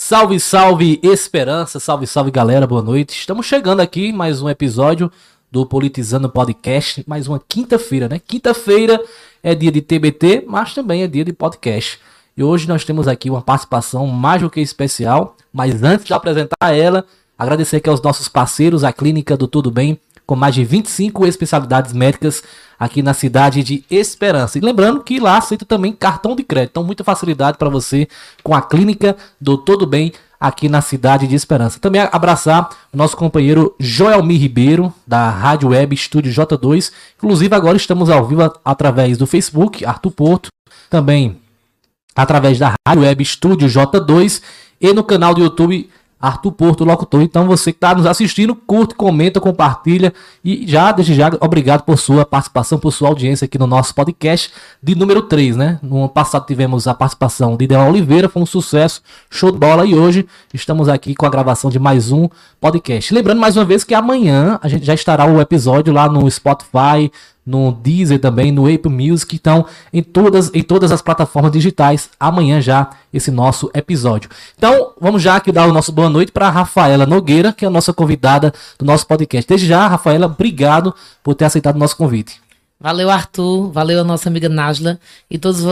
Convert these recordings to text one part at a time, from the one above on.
Salve, salve Esperança, salve, salve galera, boa noite. Estamos chegando aqui mais um episódio do Politizando Podcast, mais uma quinta-feira, né? Quinta-feira é dia de TBT, mas também é dia de podcast. E hoje nós temos aqui uma participação mais do que especial, mas antes de apresentar ela, agradecer aqui aos nossos parceiros, a Clínica do Tudo Bem, com mais de 25 especialidades médicas aqui na cidade de Esperança. E lembrando que lá aceita também cartão de crédito. Então, muita facilidade para você com a Clínica do Tudo Bem aqui na cidade de Esperança. Também abraçar o nosso companheiro Joelmir Ribeiro, da Rádio Web Estúdio J2. Inclusive, agora estamos ao vivo através do Facebook, Arthur Porto. Também através da Rádio Web Estúdio J2 e no canal do YouTube Arthur Porto Locutor. Então você que está nos assistindo, curte, comenta, compartilha e desde já, obrigado por sua participação, por sua audiência aqui no nosso podcast de número 3, né? No ano passado tivemos a participação de Deon Oliveira, foi um sucesso, show de bola, e hoje estamos aqui com a gravação de mais um podcast. Lembrando mais uma vez que amanhã a gente já estará o episódio lá no Spotify, no Deezer também, no Apple Music, então em todas as plataformas digitais, amanhã já esse nosso episódio. Então vamos já aqui dar o nosso boa noite para a Rafaela Nogueira, que é a nossa convidada do nosso podcast. Desde já, Rafaela, obrigado por ter aceitado o nosso convite. Valeu, Arthur, valeu a nossa amiga Nájila e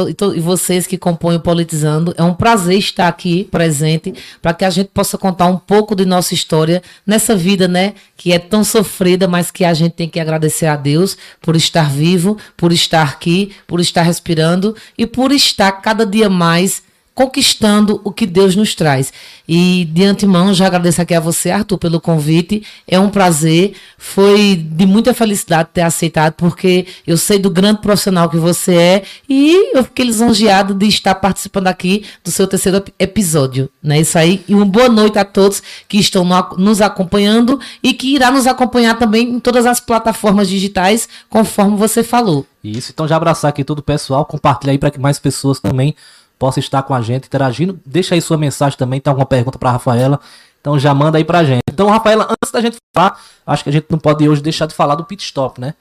vocês que compõem o Politizando. É um prazer estar aqui presente para que a gente possa contar um pouco de nossa história nessa vida, né, que é tão sofrida, mas que a gente tem que agradecer a Deus por estar vivo, por estar aqui, por estar respirando e por estar cada dia mais conquistando o que Deus nos traz. E de antemão já agradeço aqui a você, Arthur, pelo convite. É um prazer, foi de muita felicidade ter aceitado, porque eu sei do grande profissional que você é e eu fiquei lisonjeado de estar participando aqui do seu terceiro episódio, né? Isso aí, e uma boa noite a todos que estão nos acompanhando e que irá nos acompanhar também em todas as plataformas digitais, conforme você falou. Isso, então já abraçar aqui todo o pessoal, compartilha aí para que mais pessoas também possa estar com a gente, interagindo. Deixa aí sua mensagem também, tem alguma pergunta para a Rafaela, então já manda aí pra gente. Então, Rafaela, antes da gente falar, acho que a gente não pode hoje deixar de falar do pit stop, né?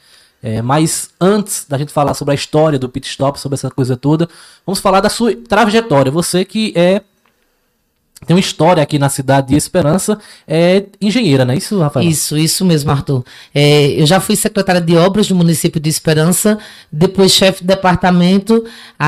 Mas antes da gente falar sobre a história do pit stop, sobre essa coisa toda, vamos falar da sua trajetória. Você que tem uma história aqui na cidade de Esperança, é engenheira, não é isso, Rafael? Isso mesmo, Arthur. Eu já fui secretária de obras do município de Esperança, depois chefe de departamento,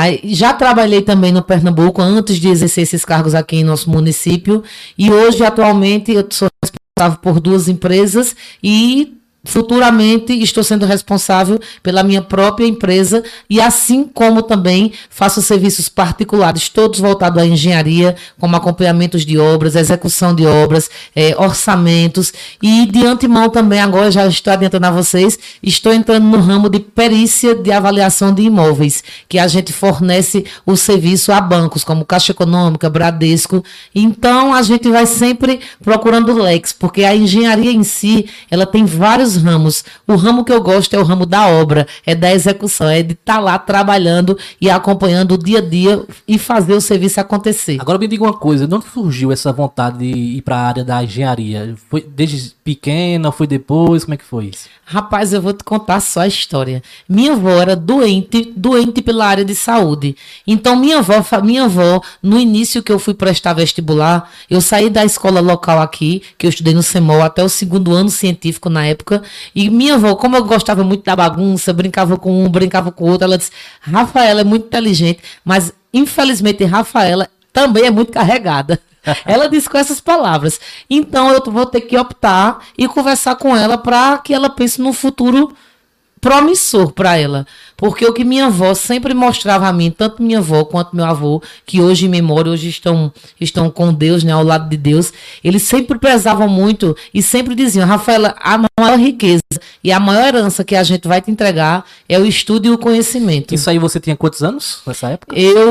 já trabalhei também no Pernambuco antes de exercer esses cargos aqui em nosso município, e hoje, atualmente, eu sou responsável por 2 empresas e futuramente estou sendo responsável pela minha própria empresa e assim como também faço serviços particulares, todos voltados à engenharia, como acompanhamentos de obras, execução de obras, orçamentos e de antemão também, agora já estou adiantando a vocês, estou entrando no ramo de perícia de avaliação de imóveis, que a gente fornece o serviço a bancos, como Caixa Econômica, Bradesco. Então a gente vai sempre procurando leques, porque a engenharia em si, ela tem vários ramos. O ramo que eu gosto é o ramo da obra, é da execução, é de estar lá trabalhando e acompanhando o dia a dia e fazer o serviço acontecer. Agora me diga uma coisa, de onde surgiu essa vontade de ir para a área da engenharia? Foi desde pequena, foi depois, como é que foi isso? Rapaz, eu vou te contar só a história. Minha avó era doente pela área de saúde. Então minha avó, no início que eu fui prestar vestibular, eu saí da escola local aqui, que eu estudei no CEMOL até o 2º ano científico na época, e minha avó, como eu gostava muito da bagunça, brincava com um, brincava com o outro, ela disse, Rafaela é muito inteligente, mas infelizmente Rafaela também é muito carregada. Ela disse com essas palavras. Então eu vou ter que optar e conversar com ela para que ela pense no futuro promissor para ela, porque o que minha avó sempre mostrava a mim, tanto minha avó quanto meu avô, que hoje em memória, hoje estão com Deus, né, ao lado de Deus, eles sempre prezavam muito e sempre diziam, Rafaela, a maior riqueza e a maior herança que a gente vai te entregar é o estudo e o conhecimento. Isso aí você tinha quantos anos nessa época?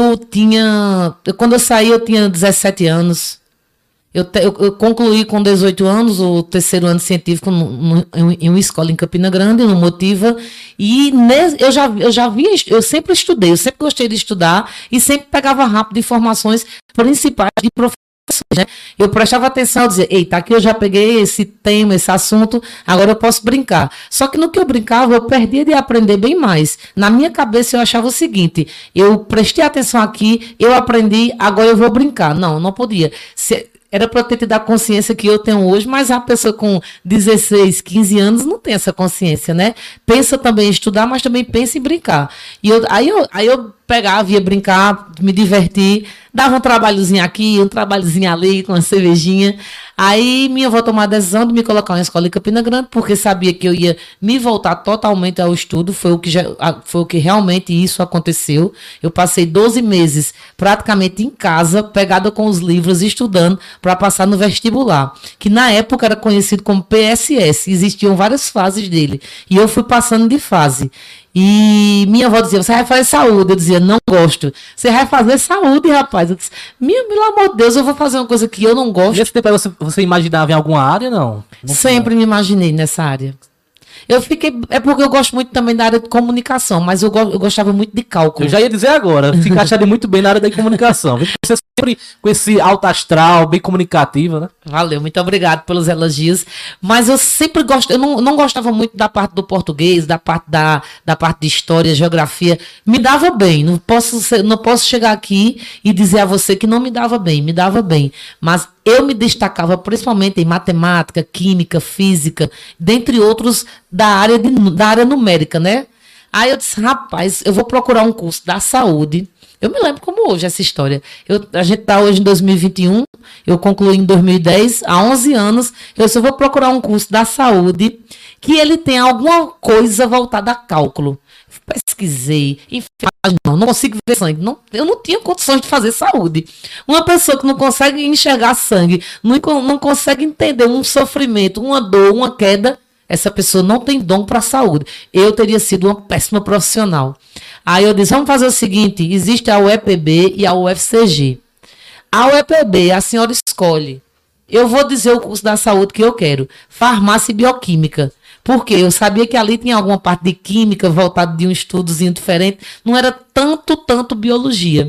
Quando eu saí eu tinha 17 anos. Eu concluí com 18 anos o 3º ano científico em uma escola em Campina Grande, no Motiva, e eu sempre estudei, eu sempre gostei de estudar e sempre pegava rápido informações principais de professores questões, né? Eu prestava atenção, eu dizia, eita, aqui eu já peguei esse tema, esse assunto, agora eu posso brincar. Só que no que eu brincava, eu perdia de aprender bem mais. Na minha cabeça eu achava o seguinte, eu prestei atenção aqui, eu aprendi, agora eu vou brincar. Não, não podia. Era para eu ter tido a consciência que eu tenho hoje, mas a pessoa com 16, 15 anos não tem essa consciência, né? Pensa também em estudar, mas também pensa em brincar. Aí eu pegava, ia brincar, me divertir, dava um trabalhozinho aqui, um trabalhozinho ali, com uma cervejinha. Aí minha avó tomou a decisão de me colocar na escola em Campina Grande, porque sabia que eu ia me voltar totalmente ao estudo, foi o que realmente isso aconteceu. Eu passei 12 meses praticamente em casa, pegada com os livros, estudando para passar no vestibular, que na época era conhecido como PSS, existiam várias fases dele, e eu fui passando de fase. E minha avó dizia, você vai fazer saúde? Eu dizia, não gosto. Você vai fazer saúde, rapaz? Eu disse, pelo amor de Deus, eu vou fazer uma coisa que eu não gosto. Nesse tempo você imaginava em alguma área, não? Sempre me imaginei nessa área. Eu fiquei. É porque eu gosto muito também da área de comunicação, mas eu gostava muito de cálculo. Eu já ia dizer agora, se encaixaria muito bem na área da comunicação. Você sempre com esse alto astral, bem comunicativa, né? Valeu, muito obrigado pelos elogios. Mas eu sempre gosto, eu não gostava muito da parte do português, da parte de história, geografia. Me dava bem. Não posso chegar aqui e dizer a você que não me dava bem. Me dava bem. Mas eu me destacava principalmente em matemática, química, física, dentre outros da área numérica, né? Aí eu disse, rapaz, eu vou procurar um curso da saúde. Eu me lembro como hoje essa história. A gente está hoje em 2021, eu concluí em 2010, há 11 anos, eu só vou procurar um curso da saúde que ele tem alguma coisa voltada a cálculo. Pesquisei, enfermagem, não consigo ver sangue. Eu não tinha condições de fazer saúde. Uma pessoa que não consegue enxergar sangue, não consegue entender um sofrimento, uma dor, uma queda, essa pessoa não tem dom para a saúde. Eu teria sido uma péssima profissional. Aí eu disse, vamos fazer o seguinte, existe a UEPB e a UFCG. A UEPB, a senhora escolhe. Eu vou dizer o curso da saúde que eu quero. Farmácia e bioquímica. Porque eu sabia que ali tinha alguma parte de química voltada de um estudozinho diferente. Não era tanto biologia.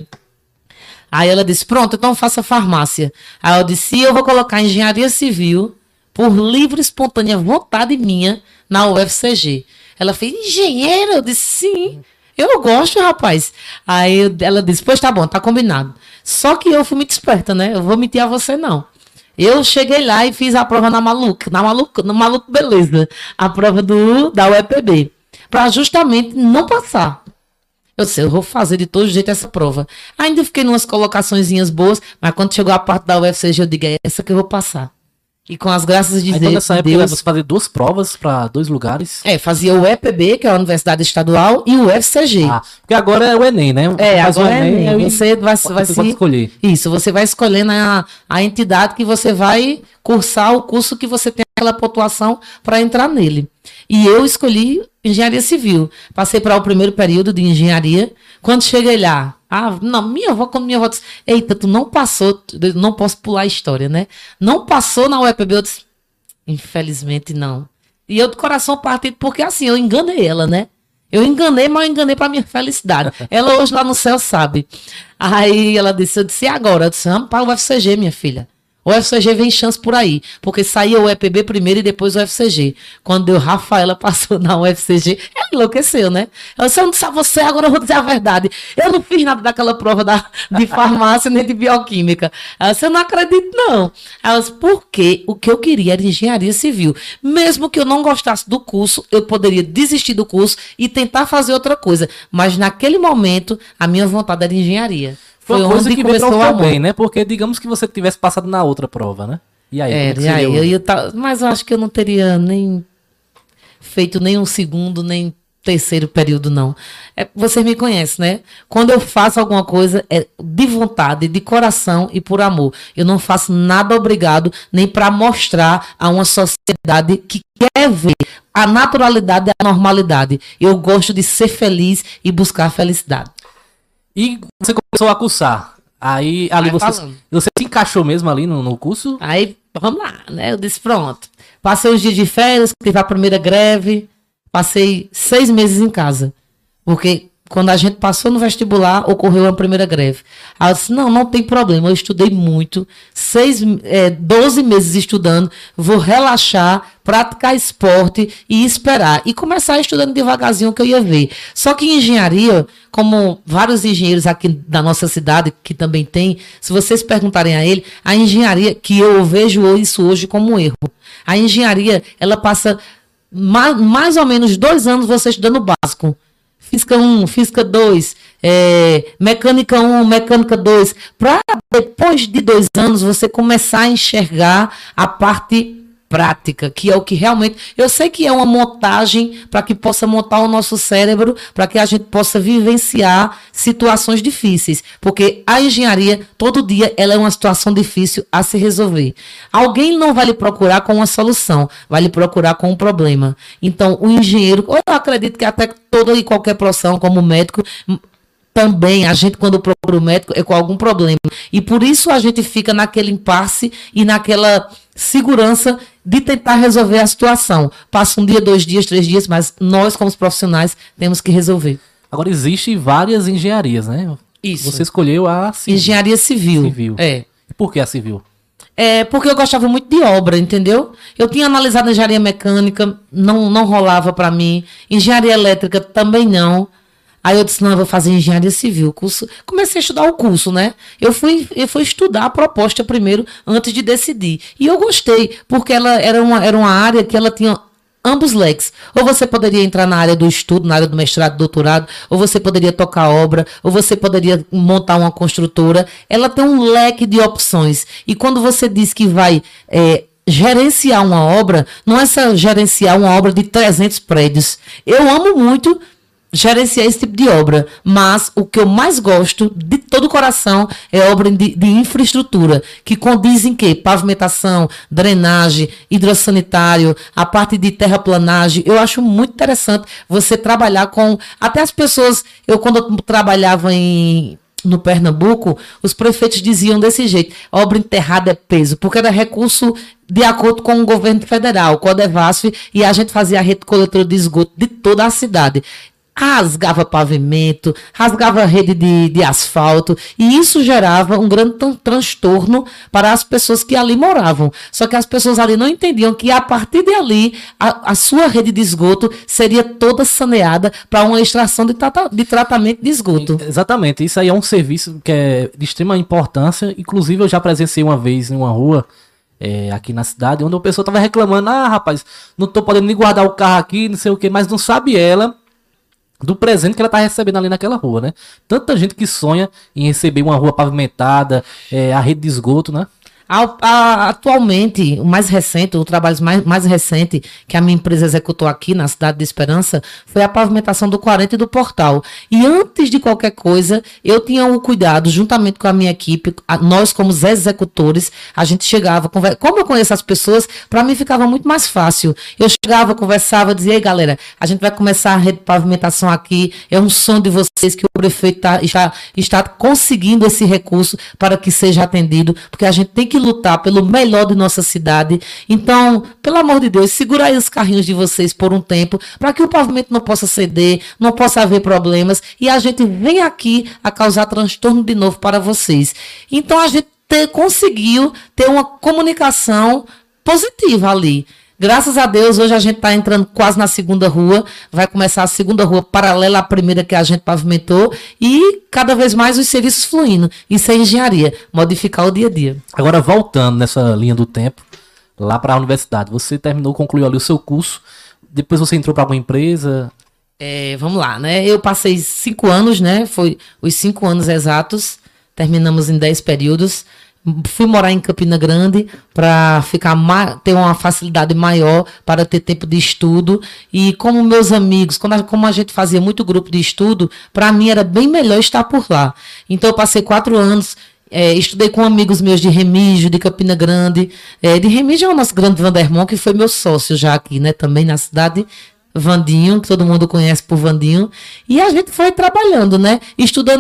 Aí ela disse, pronto, então faça farmácia. Aí eu disse, eu vou colocar engenharia civil por livre e espontânea vontade minha na UFCG. Ela fez, engenheira? Eu disse, sim. Eu gosto, rapaz. Aí ela disse, pois tá bom, tá combinado. Só que eu fui muito esperta, né? Eu vou mentir a você, não. Eu cheguei lá e fiz a prova no maluco, beleza. A prova da UEPB. Para justamente não passar. Eu disse, eu vou fazer de todo jeito essa prova. Ainda fiquei em umas colocaçõezinhas boas, mas quando chegou a parte da UFCG, eu digo, é essa que eu vou passar. E com as graças de Deus. Então, nessa época, você fazia 2 provas para 2 lugares? Fazia o EPB, que é a Universidade Estadual, e o UFCG. Porque agora é o Enem, né? Agora é o Enem. Você vai escolher. Isso, você vai escolhendo a entidade que você vai cursar o curso que você tem aquela pontuação para entrar nele. E eu escolhi engenharia civil. Passei para o primeiro período de engenharia. Quando cheguei lá, quando minha avó disse, eita, tu não passou, não posso pular a história, né? Não passou na UEPB, eu disse, infelizmente não. E eu de coração partido, porque assim, eu enganei ela, né? Eu enganei, mas eu enganei para minha felicidade. Ela hoje lá no céu sabe. Aí ela disse, eu disse, e agora? Eu disse, vamos para o UFCG, minha filha. O UFCG vem chance por aí, porque saía o EPB primeiro e depois o UFCG. Quando deu Rafaela passou na UFCG, ela enlouqueceu, né? Ela disse, eu não disse a você, agora eu vou dizer a verdade. Eu não fiz nada daquela prova de farmácia nem de bioquímica. Ela disse, eu não acredito não. Ela disse, porque o que eu queria era engenharia civil. Mesmo que eu não gostasse do curso, eu poderia desistir do curso e tentar fazer outra coisa. Mas naquele momento, a minha vontade era engenharia. Foi uma coisa que começou a bem, né? Porque digamos que você tivesse passado na outra prova, né? E aí? Mas eu acho que eu não teria nem feito nem um segundo, nem terceiro período, não. Vocês me conhecem, né? Quando eu faço alguma coisa, é de vontade, de coração e por amor. Eu não faço nada obrigado, nem para mostrar a uma sociedade que quer ver a naturalidade e a normalidade. Eu gosto de ser feliz e buscar a felicidade. E você começou a cursar. Aí ali você se encaixou mesmo ali no curso? Aí, vamos lá, né? Eu disse, pronto. Passei os dias de férias, tive a primeira greve. Passei 6 meses em casa. Porque quando a gente passou no vestibular, ocorreu a primeira greve. Aí eu disse, não tem problema, eu estudei muito, 12 meses estudando, vou relaxar, praticar esporte e esperar. E começar estudando devagarzinho que eu ia ver. Só que em engenharia, como vários engenheiros aqui da nossa cidade, que também tem, se vocês perguntarem a ele, a engenharia, que eu vejo isso hoje como um erro. A engenharia, ela passa mais ou menos 2 anos você estudando o básico. Física 1, Física 2, Mecânica 1, Mecânica 2, para depois de 2 anos você começar a enxergar a parte prática, que é o que realmente... Eu sei que é uma montagem para que possa montar o nosso cérebro, para que a gente possa vivenciar situações difíceis, porque a engenharia, todo dia, ela é uma situação difícil a se resolver. Alguém não vai lhe procurar com uma solução, vai lhe procurar com um problema. Então, o engenheiro, eu acredito que até toda e qualquer profissão, como médico... Também, a gente, quando procura o médico, é com algum problema. E por isso a gente fica naquele impasse e naquela segurança de tentar resolver a situação. Passa 1 dia, 2 dias, 3 dias, mas nós, como profissionais, temos que resolver. Agora, existem várias engenharias, né? Isso. Você escolheu a civil. Engenharia civil. É. Por que a civil? Porque eu gostava muito de obra, entendeu? Eu tinha analisado engenharia mecânica, não rolava para mim. Engenharia elétrica também não. Aí eu disse, não, eu vou fazer engenharia civil. Comecei a estudar o curso, né? Eu fui estudar a proposta primeiro, antes de decidir. E eu gostei, porque ela era uma área que ela tinha ambos leques. Ou você poderia entrar na área do estudo, na área do mestrado, doutorado, ou você poderia tocar obra, ou você poderia montar uma construtora. Ela tem um leque de opções. E quando você diz que vai... gerenciar uma obra, não é só gerenciar uma obra de 300 prédios. Eu amo muito gerenciar esse tipo de obra, mas o que eu mais gosto de todo o coração é obra de infraestrutura, que condiz em quê? Pavimentação, drenagem, hidrossanitário, a parte de terraplanagem. Eu acho muito interessante você trabalhar com... Até as pessoas... Quando eu trabalhava no Pernambuco, os prefeitos diziam desse jeito, obra enterrada é peso, porque era recurso de acordo com o governo federal, com a Devasf, e a gente fazia a rede coletora de esgoto de toda a cidade. Rasgava pavimento, rasgava rede de asfalto, e isso gerava um grande transtorno para as pessoas que ali moravam. Só que as pessoas ali não entendiam que a partir de ali, a sua rede de esgoto seria toda saneada para uma extração de tratamento de esgoto. Exatamente, isso aí é um serviço que é de extrema importância. Inclusive eu já presenciei uma vez em uma rua aqui na cidade, onde a pessoa estava reclamando, rapaz, não estou podendo nem guardar o carro aqui, não sei o que, mas não sabe ela do presente que ela tá recebendo ali naquela rua, né? Tanta gente que sonha em receber uma rua pavimentada, a rede de esgoto, né? Atualmente, o mais recente, o trabalho mais recente que a minha empresa executou aqui na cidade de Esperança foi a pavimentação do 40 e do Portal. E antes de qualquer coisa, eu tinha o cuidado, juntamente com a minha equipe, nós como executores, a gente chegava, como eu conheço as pessoas, para mim ficava muito mais fácil. Eu chegava, conversava, dizia, ei galera, a gente vai começar a rede de pavimentação aqui, é um sonho de vocês que o prefeito está conseguindo esse recurso para que seja atendido, porque a gente tem que lutar pelo melhor de nossa cidade. Então, pelo amor de Deus, segura aí os carrinhos de vocês por um tempo, para que o pavimento não possa ceder, não possa haver problemas, e a gente vem aqui a causar transtorno de novo para vocês. Então, a gente conseguiu ter uma comunicação positiva ali. Graças a Deus, hoje a gente está entrando quase na segunda rua, vai começar a segunda rua paralela à primeira que a gente pavimentou, e cada vez mais os serviços fluindo. Isso é engenharia, modificar o dia a dia. Agora, voltando nessa linha do tempo, lá para a universidade, você concluiu ali o seu curso, depois você entrou para alguma empresa? Vamos lá, né? Eu passei 5 anos, né? Foi os 5 anos exatos, terminamos em 10 períodos. Fui morar em Campina Grande para ter uma facilidade maior para ter tempo de estudo. E como meus amigos, como a gente fazia muito grupo de estudo, para mim era bem melhor estar por lá. Então eu passei 4 anos, estudei com amigos meus de Remígio, de Campina Grande. De Remígio é o nosso grande Vandermon, que foi meu sócio já aqui, né? Também na cidade. Vandinho, que todo mundo conhece por Vandinho, e a gente foi trabalhando, né? Estudando,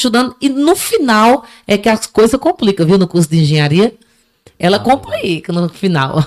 e no final é que as coisas complicam, viu? No curso de engenharia, ela complica no final.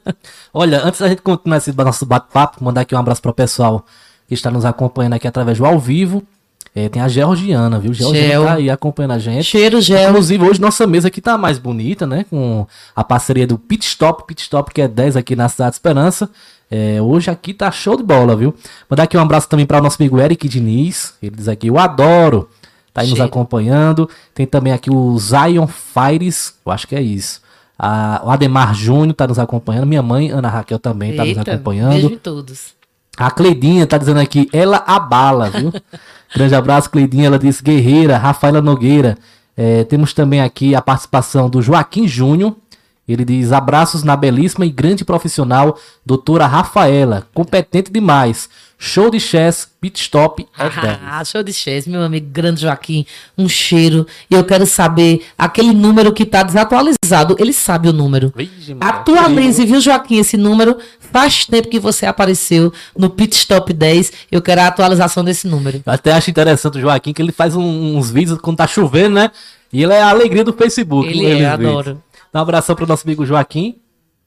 Olha, antes da gente continuar esse nosso bate-papo, mandar aqui um abraço para o pessoal que está nos acompanhando aqui através do ao vivo. Tem a Georgiana, viu? Georgiana tá aí acompanhando a gente. Cheiro, Gel. Inclusive, hoje nossa mesa aqui tá mais bonita, né? Com a parceria do Pit Stop que é 10 aqui na Cidade de Esperança. Hoje aqui tá show de bola, viu? Mandar aqui um abraço também para o nosso amigo Eric Diniz. Ele diz aqui, eu adoro. Tá aí nos acompanhando. Tem também aqui o Zion Fires, eu acho que é isso. O Ademar Júnior tá nos acompanhando. Minha mãe, Ana Raquel, também tá nos acompanhando. Beijo em todos. A Cleidinha tá dizendo aqui, ela abala, viu? Grande abraço, Cleidinha. Ela disse guerreira, Rafaela Nogueira. Temos também aqui a participação do Joaquim Júnior. Ele diz, abraços na belíssima e grande profissional, doutora Rafaela. Competente demais. Show de chess, Pit Stop é 10. Show de chess, meu amigo grande Joaquim. Um cheiro. E eu quero saber aquele número que tá desatualizado. Ele sabe o número. Atualize, viu, Joaquim, esse número. Faz tempo que você apareceu no Pit Stop 10. Eu quero a atualização desse número. Eu até acho interessante o Joaquim, que ele faz uns vídeos quando tá chovendo, né? E ele é a alegria do Facebook. Ele adoro. Dá um abração pro nosso amigo Joaquim.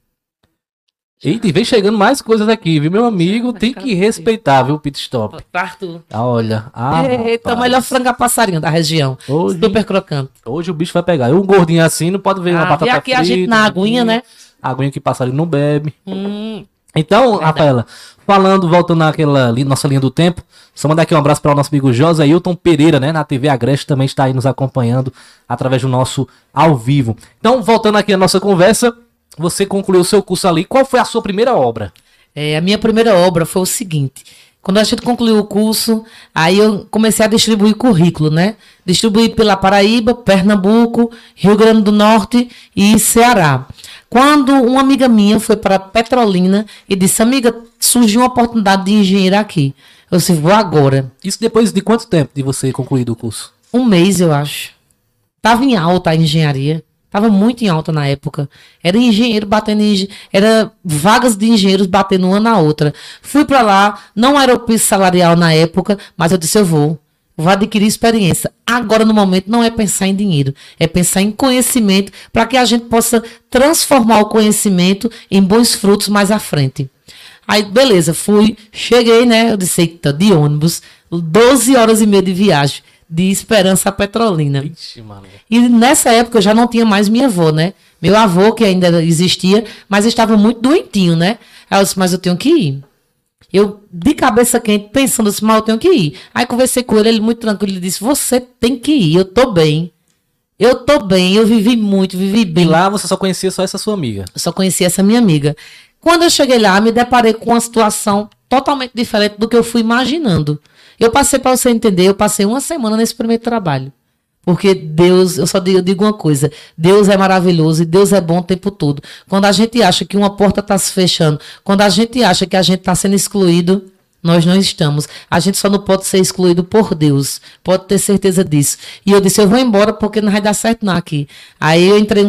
Eita, e vem chegando mais coisas aqui, viu, meu amigo? Tem que respeitar, viu, o Pit Stop. Arthur. Olha. Eita, o melhor frango a passarinho da região. Super crocante. Hoje o bicho vai pegar. Um gordinho assim, não pode ver uma batata frita. E aqui a gente na aguinha, né? Aguinha que passarinho não bebe. Então, Rafaela, voltando naquela nossa linha do tempo, só mandar aqui um abraço para o nosso amigo José Hilton Pereira, né? Na TV Agreste também está aí nos acompanhando através do nosso ao vivo. Então, voltando aqui à nossa conversa, você concluiu o seu curso ali. Qual foi a sua primeira obra? A minha primeira obra foi o seguinte. Quando a gente concluiu o curso, aí eu comecei a distribuir currículo, né? Distribuí pela Paraíba, Pernambuco, Rio Grande do Norte e Ceará. Quando uma amiga minha foi para Petrolina e disse, amiga, surgiu uma oportunidade de engenheiro aqui. Eu disse, vou agora. Isso depois de quanto tempo de você concluir o curso? 1 mês, eu acho. Tava em alta a engenharia. Tava muito em alta na época. Era engenheiro batendo era vagas de engenheiros batendo uma na outra. Fui para lá, não era o piso salarial na época, mas eu disse, eu vou adquirir experiência. Agora, no momento, não é pensar em dinheiro, é pensar em conhecimento para que a gente possa transformar o conhecimento em bons frutos mais à frente. Aí, beleza, cheguei, né? Eu disse, eita, de ônibus, 12 horas e meia de viagem. De Esperança a Petrolina. Ixi, mano. E nessa época eu já não tinha mais minha avó, né? Meu avô, que ainda existia, mas estava muito doentinho, né? Aí eu disse, mas eu tenho que ir. Eu, de cabeça quente, pensando assim, mas eu tenho que ir. Aí conversei com ele muito tranquilo, ele disse, você tem que ir, eu tô bem. Eu vivi muito, vivi bem. E lá você só conhecia essa sua amiga? Eu só conhecia essa minha amiga. Quando eu cheguei lá, me deparei com uma situação totalmente diferente do que eu fui imaginando. Eu passei, para você entender, eu passei 1 semana nesse primeiro trabalho. Porque Deus, eu digo uma coisa, Deus é maravilhoso e Deus é bom o tempo todo. Quando a gente acha que uma porta está se fechando, quando a gente acha que a gente está sendo excluído, nós não estamos. A gente só não pode ser excluído por Deus. Pode ter certeza disso. E eu disse, eu vou embora porque não vai dar certo não aqui. Aí eu entrei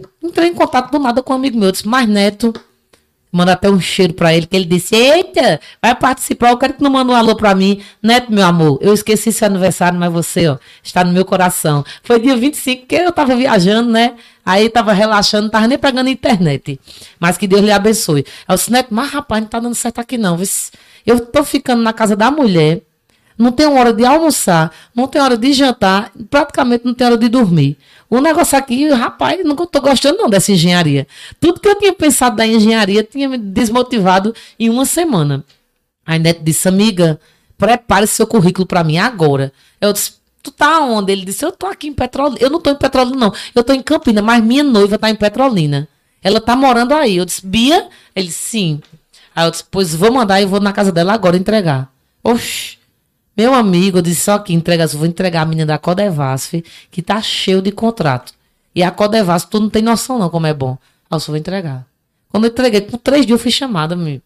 em contato do nada com um amigo meu. Eu disse, mas Neto... Manda até um cheiro pra ele, que ele disse, eita, vai participar, eu quero que não manda um alô pra mim. Neto, meu amor, eu esqueci seu aniversário, mas você, ó, está no meu coração. Foi dia 25, que eu tava viajando, né? Aí tava relaxando, não tava nem pegando internet. Mas que Deus lhe abençoe. Eu disse, Neto, mas rapaz, não tá dando certo aqui não. Eu tô ficando na casa da mulher, não tem hora de almoçar, não tem hora de jantar, praticamente não tem hora de dormir. O negócio aqui, rapaz, não tô gostando não dessa engenharia. Tudo que eu tinha pensado da engenharia tinha me desmotivado em 1 semana. Aí Neto disse, amiga, prepare seu currículo para mim agora. Eu disse, tu tá onde? Ele disse, eu tô aqui em Petrolina. Eu não tô em Petrolina não, eu tô em Campina, mas minha noiva tá em Petrolina. Ela tá morando aí. Eu disse, Bia? Ele disse, sim. Aí eu disse, pois vou mandar e vou na casa dela agora entregar. Oxi. Meu amigo, eu disse só que vou entregar a menina da Codevasf, que tá cheio de contrato. E a Codevasf, tu não tem noção não como é bom. Aí eu só vou entregar. Quando eu entreguei, por 3 dias eu fui chamada, meu.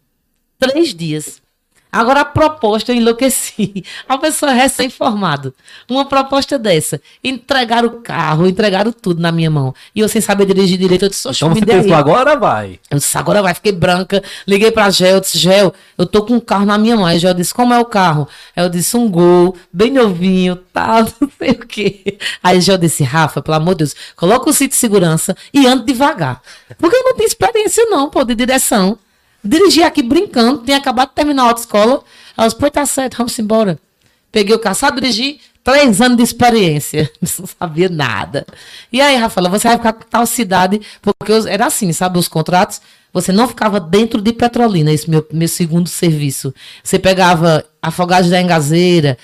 3 dias. Agora a proposta, eu enlouqueci. A pessoa recém-formada. Uma proposta dessa. Entregaram o carro, entregaram tudo na minha mão. E eu sem saber dirigir direito, eu disse, então você pensou, agora vai. Eu disse, agora vai. Fiquei branca. Liguei pra Gel, eu disse, Gel, eu tô com um carro na minha mão. Aí Gel disse, como é o carro? Aí eu disse, um Gol, bem novinho, tal, não sei o quê. Aí Gel disse, Rafa, pelo amor de Deus, coloca o cinto de segurança e ande devagar. Porque eu não tenho experiência não, pô, de direção. Dirigi aqui brincando, tinha acabado de terminar a autoescola. Aí eu disse, pô, tá certo, vamos embora. Peguei o carro, sabe dirigir? 3 anos de experiência. Não sabia nada. E aí, Rafaela, você vai ficar com tal cidade, porque era assim, sabe, os contratos, você não ficava dentro de Petrolina, esse meu segundo serviço. Você pegava Afogados da Engazeira,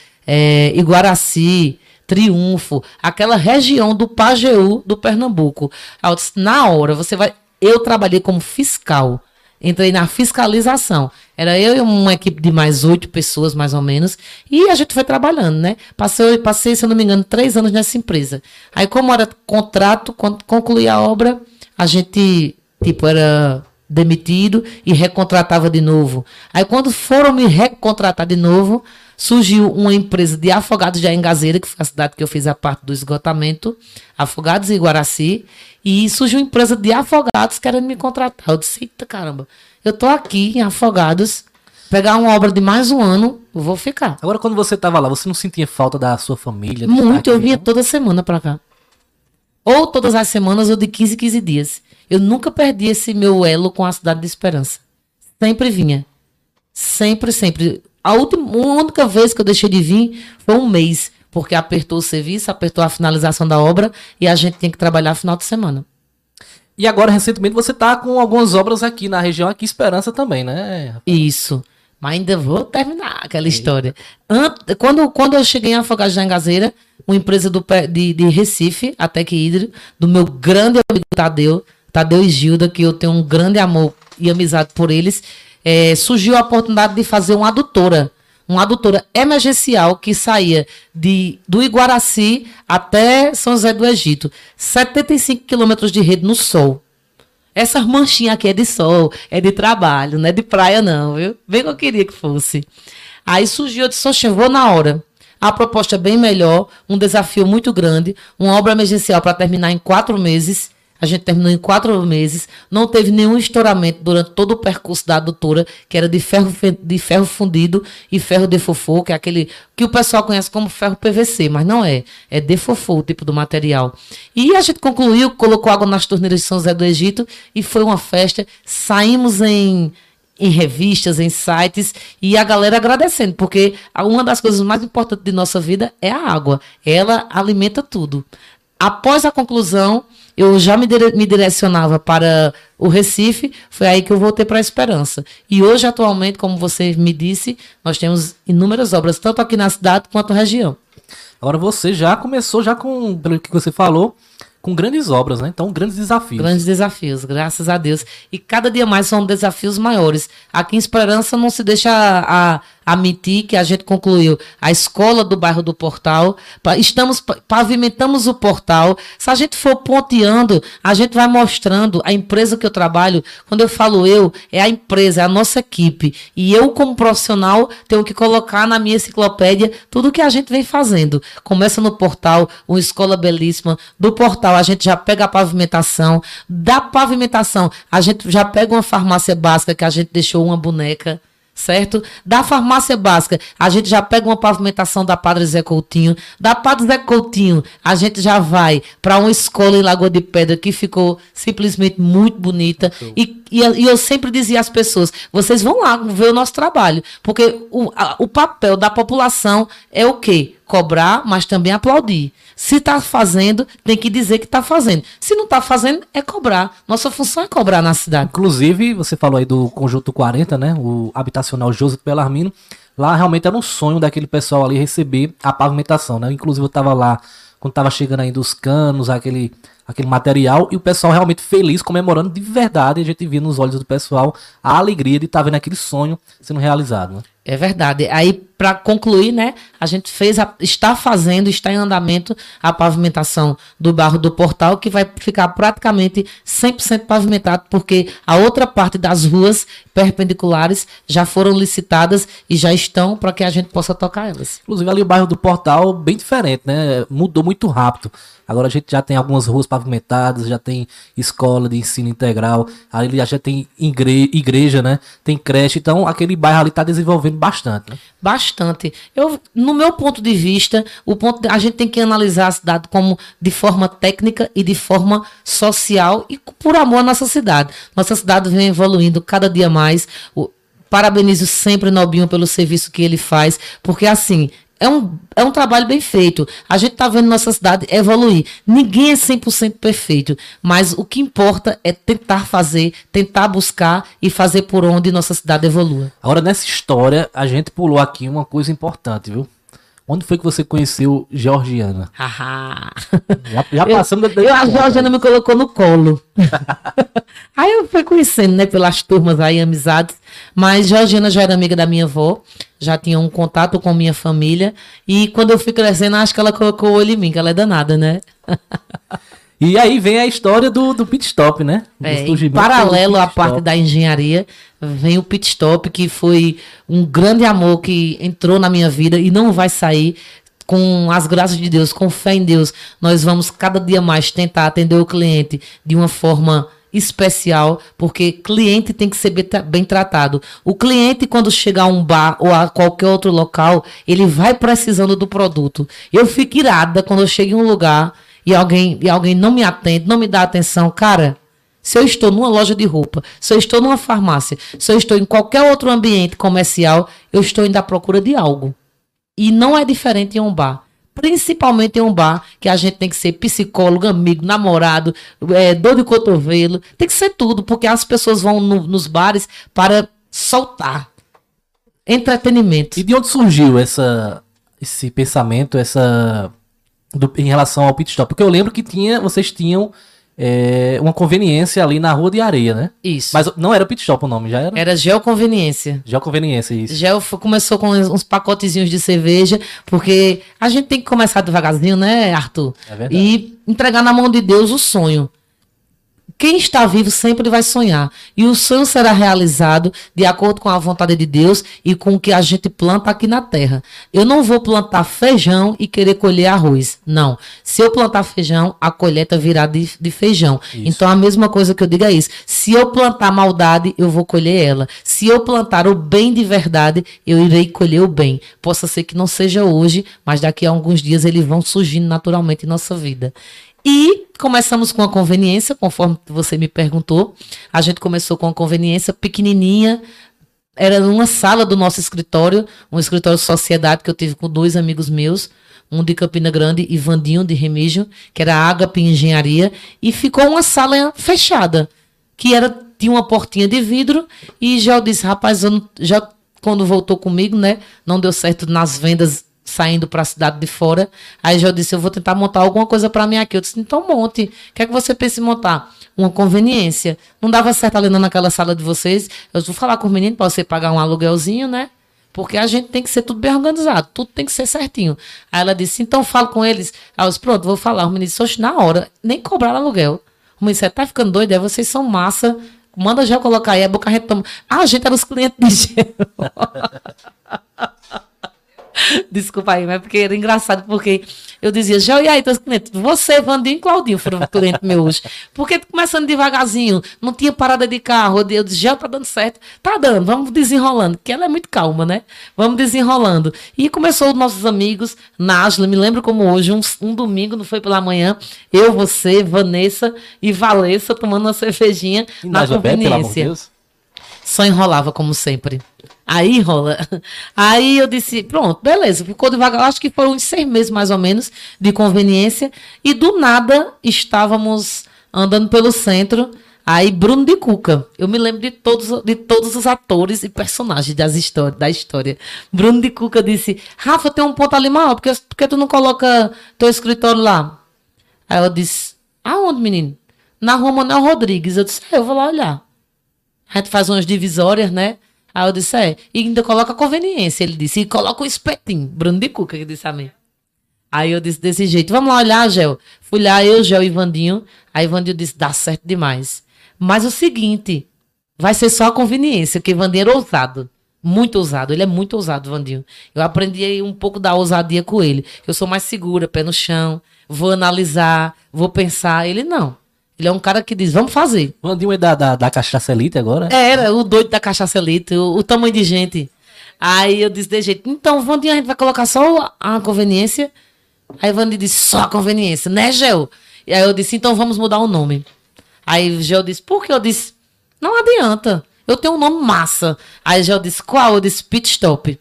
Iguaraci, Triunfo, aquela região do Pajeú, do Pernambuco. Aí eu disse, na hora, você vai... Eu trabalhei como fiscal. Entrei na fiscalização. Era eu e uma equipe de mais 8 pessoas, mais ou menos. E a gente foi trabalhando, né? Passei, se eu não me engano, 3 anos nessa empresa. Aí, como era contrato, quando concluí a obra, a gente, era demitido e recontratava de novo. Aí, quando foram me recontratar de novo, surgiu uma empresa de Afogados da Engazeira, que foi a cidade que eu fiz a parte do esgotamento, Afogados e Iguaraci, e surgiu uma empresa de Afogados querendo me contratar. Eu disse, eita caramba, eu tô aqui em Afogados, pegar uma obra de mais um ano, eu vou ficar. Agora, quando você estava lá, você não sentia falta da sua família? Muito, eu vinha toda semana pra cá. Ou todas as semanas, ou de 15 em 15 dias. Eu nunca perdi esse meu elo com a cidade de Esperança. Sempre vinha. Sempre, sempre. A única vez que eu deixei de vir foi um mês, porque apertou o serviço, apertou a finalização da obra e a gente tinha que trabalhar final de semana. E agora, recentemente, você está com algumas obras aqui na região, aqui Esperança também, né? Isso. Mas ainda vou terminar aquela história. Quando eu cheguei em Afogados da Engazeira, uma empresa de Recife, a Tec Hidro, do meu grande amigo Tadeu e Gilda, que eu tenho um grande amor e amizade por eles, surgiu a oportunidade de fazer uma adutora emergencial que saía do Iguaraci até São José do Egito. 75 quilômetros de rede no sol. Essas manchinhas aqui é de sol, é de trabalho, não é de praia não, viu? Bem que eu queria que fosse. Aí surgiu, eu disse, oxe, vou na hora. A proposta é bem melhor, um desafio muito grande, uma obra emergencial para terminar em 4 meses. A gente terminou em 4 meses, não teve nenhum estouramento durante todo o percurso da adutora, que era de ferro fundido e ferro de fofô, que é aquele que o pessoal conhece como ferro PVC, mas não é. É de fofô o tipo do material. E a gente concluiu, colocou água nas torneiras de São José do Egito e foi uma festa. Saímos em revistas, em sites, e a galera agradecendo, porque uma das coisas mais importantes de nossa vida é a água. Ela alimenta tudo. Após a conclusão, eu já me direcionava para o Recife, foi aí que eu voltei para a Esperança. E hoje, atualmente, como você me disse, nós temos inúmeras obras, tanto aqui na cidade quanto na região. Agora você já começou, pelo que você falou, com grandes obras, né? Então, grandes desafios. Grandes desafios, graças a Deus. E cada dia mais são desafios maiores. Aqui em Esperança não se deixa a mentir que a gente concluiu a escola do bairro do Portal. Pavimentamos o portal. Se a gente for ponteando, a gente vai mostrando a empresa que eu trabalho. Quando eu falo é a empresa, é a nossa equipe. E eu, como profissional, tenho que colocar na minha enciclopédia tudo que a gente vem fazendo. Começa no portal, uma escola belíssima. Do portal, a gente já pega a pavimentação. Da pavimentação, a gente já pega uma farmácia básica que a gente deixou uma boneca. Certo? Da farmácia básica, a gente já pega uma pavimentação da Padre Zé Coutinho. Da Padre Zé Coutinho, a gente já vai para uma escola em Lagoa de Pedra que ficou simplesmente muito bonita. E eu sempre dizia às pessoas, vocês vão lá ver o nosso trabalho. Porque o papel da população é o quê? Cobrar, mas também aplaudir. Se está fazendo, tem que dizer que está fazendo. Se não está fazendo, é cobrar. Nossa função é cobrar na cidade. Inclusive, você falou aí do Conjunto 40, né? O habitacional José Bellarmino. Lá realmente era um sonho daquele pessoal ali receber a pavimentação, né? Inclusive eu estava lá quando estava chegando ainda os canos, aquele material, e o pessoal realmente feliz, comemorando de verdade. A gente via nos olhos do pessoal a alegria de estar vendo aquele sonho sendo realizado, né? É verdade. Aí, para concluir, né, a gente está em andamento a pavimentação do bairro do Portal, que vai ficar praticamente 100% pavimentado, porque a outra parte das ruas perpendiculares já foram licitadas e já estão para que a gente possa tocar elas. Inclusive, ali o bairro do Portal, bem diferente, né? Mudou muito rápido. Agora a gente já tem algumas ruas pavimentadas, já tem escola de ensino integral, ali já tem igreja, né? Tem creche, então aquele bairro ali está desenvolvendo bastante, né? Bastante. No meu ponto de vista, a gente tem que analisar a cidade como de forma técnica e de forma social e por amor à nossa cidade. Nossa cidade vem evoluindo cada dia mais. Parabenizo sempre o Nobinho pelo serviço que ele faz, porque assim, é um trabalho bem feito. A gente está vendo nossa cidade evoluir. Ninguém é 100% perfeito, mas o que importa é tentar fazer, tentar buscar e fazer por onde nossa cidade evolua. Agora, nessa história, a gente pulou aqui uma coisa importante, viu? Onde foi que você conheceu Georgiana? Já passamos... A Georgiana me colocou no colo. Aí eu fui conhecendo, né, pelas turmas aí, amizades. Mas Georgiana já era amiga da minha avó, já tinha um contato com minha família. E quando eu fui crescendo, acho que ela colocou o olho em mim, que ela é danada, né? E aí vem a história do pit stop, né? Em paralelo à parte da engenharia, vem o pit stop, que foi um grande amor que entrou na minha vida e não vai sair. Com as graças de Deus, com fé em Deus, nós vamos cada dia mais tentar atender o cliente de uma forma especial, porque cliente tem que ser bem tratado. O cliente, quando chega a um bar ou a qualquer outro local, ele vai precisando do produto. Eu fico irada quando eu chego em um lugar e alguém não me atende, não me dá atenção. Cara, se eu estou numa loja de roupa, se eu estou numa farmácia, se eu estou em qualquer outro ambiente comercial, eu estou indo à procura de algo. E não é diferente em um bar. Principalmente em um bar, que a gente tem que ser psicólogo, amigo, namorado, dor de cotovelo. Tem que ser tudo, porque as pessoas vão nos bares para soltar. Entretenimento. E de onde surgiu esse pensamento, em relação ao pit stop? Porque eu lembro que vocês tinham uma conveniência ali na Rua de Areia, né? Isso. Mas não era pit stop o nome, já era? Era Geoconveniência. Geoconveniência, isso. Começou com uns pacotezinhos de cerveja, porque a gente tem que começar devagarzinho, né, Arthur? É verdade. E entregar na mão de Deus o sonho. Quem está vivo sempre vai sonhar. E o sonho será realizado de acordo com a vontade de Deus e com o que a gente planta aqui na terra. Eu não vou plantar feijão e querer colher arroz. Não. Se eu plantar feijão, a colheita virá de feijão. Isso. Então a mesma coisa que eu digo é isso. Se eu plantar maldade, eu vou colher ela. Se eu plantar o bem de verdade, eu irei colher o bem. Possa ser que não seja hoje, mas daqui a alguns dias eles vão surgindo naturalmente em nossa vida. E começamos com a conveniência, conforme você me perguntou. A gente começou com a conveniência pequenininha. Era numa sala do nosso escritório, um escritório de sociedade que eu tive com 2 amigos meus. Um de Campina Grande e Vandinho de Remígio, que era Ágape Engenharia. E ficou uma sala fechada, que tinha uma portinha de vidro. E já disse, rapaz, quando voltou comigo, né, não deu certo nas vendas saindo para a cidade de fora. Aí já disse, eu vou tentar montar alguma coisa para mim aqui. Eu disse, então monte. O que é que você pensa em montar? Uma conveniência. Não dava certo ali naquela sala de vocês. Eu vou falar com os meninos para você pagar um aluguelzinho, né? Porque a gente tem que ser tudo bem organizado. Tudo tem que ser certinho. Aí ela disse, então falo com eles. Aí eu disse, pronto, vou falar. Os meninos disse, na hora. Nem cobraram aluguel. O menino disse, tá ficando doido? É, vocês são massa. Manda já colocar aí. A boca a gente toma. A gente era os clientes de gel. Desculpa aí, mas porque era engraçado, porque eu dizia, já e aí, teus clientes, você, Vandinho e Claudinho foram clientes meus hoje. Porque começando devagarzinho, não tinha parada de carro, eu disse, já tá dando certo, tá dando, vamos desenrolando, porque ela é muito calma, né? Vamos desenrolando. E começou os nossos amigos, Nájila, me lembro como hoje, um domingo, não foi pela manhã, eu, você, Vanessa e Valessa tomando uma cervejinha e na Nájila, conveniência. pelo amor de Deus. Só enrolava, como sempre. Aí rola. Aí eu disse, pronto, beleza. Ficou devagar. Acho que foram uns 6 meses, mais ou menos, de conveniência. E do nada, estávamos andando pelo centro. Aí Bruno de Cuca. Eu me lembro de todos os atores e personagens da história. Bruno de Cuca disse, Rafa, tem um ponto ali maior. Por que tu não coloca teu escritório lá? Aí eu disse, aonde, menino? Na Rua Manuel Rodrigues. Eu disse, eu vou lá olhar. A gente faz umas divisórias, né? Aí eu disse, e ainda coloca a conveniência. Ele disse, e coloca o espetinho. Bruno de Cuca, que disse a mim. Aí eu disse, desse jeito, vamos lá olhar, Gel. Fui lá, eu, Gel e Vandinho. Aí Vandinho disse, dá certo demais. Mas o seguinte, vai ser só a conveniência, porque Vandinho era ousado. Muito ousado, ele é muito ousado, Vandinho. Eu aprendi um pouco da ousadia com ele. Eu sou mais segura, pé no chão, vou analisar, vou pensar. Ele não. Ele é um cara que diz, vamos fazer. Vandinho é da Cachaça Elite agora? Era, o doido da Cachaça Elite, o tamanho de gente. Aí eu disse de jeito, então, Vandinho, a gente vai colocar só a conveniência? Aí Vandinho disse, só a conveniência, né, Gel? E aí eu disse, então vamos mudar o nome. Aí o Gel disse, por que? Eu disse, não adianta, eu tenho um nome massa. Aí o Gel disse, qual? Eu disse, Pit Stop.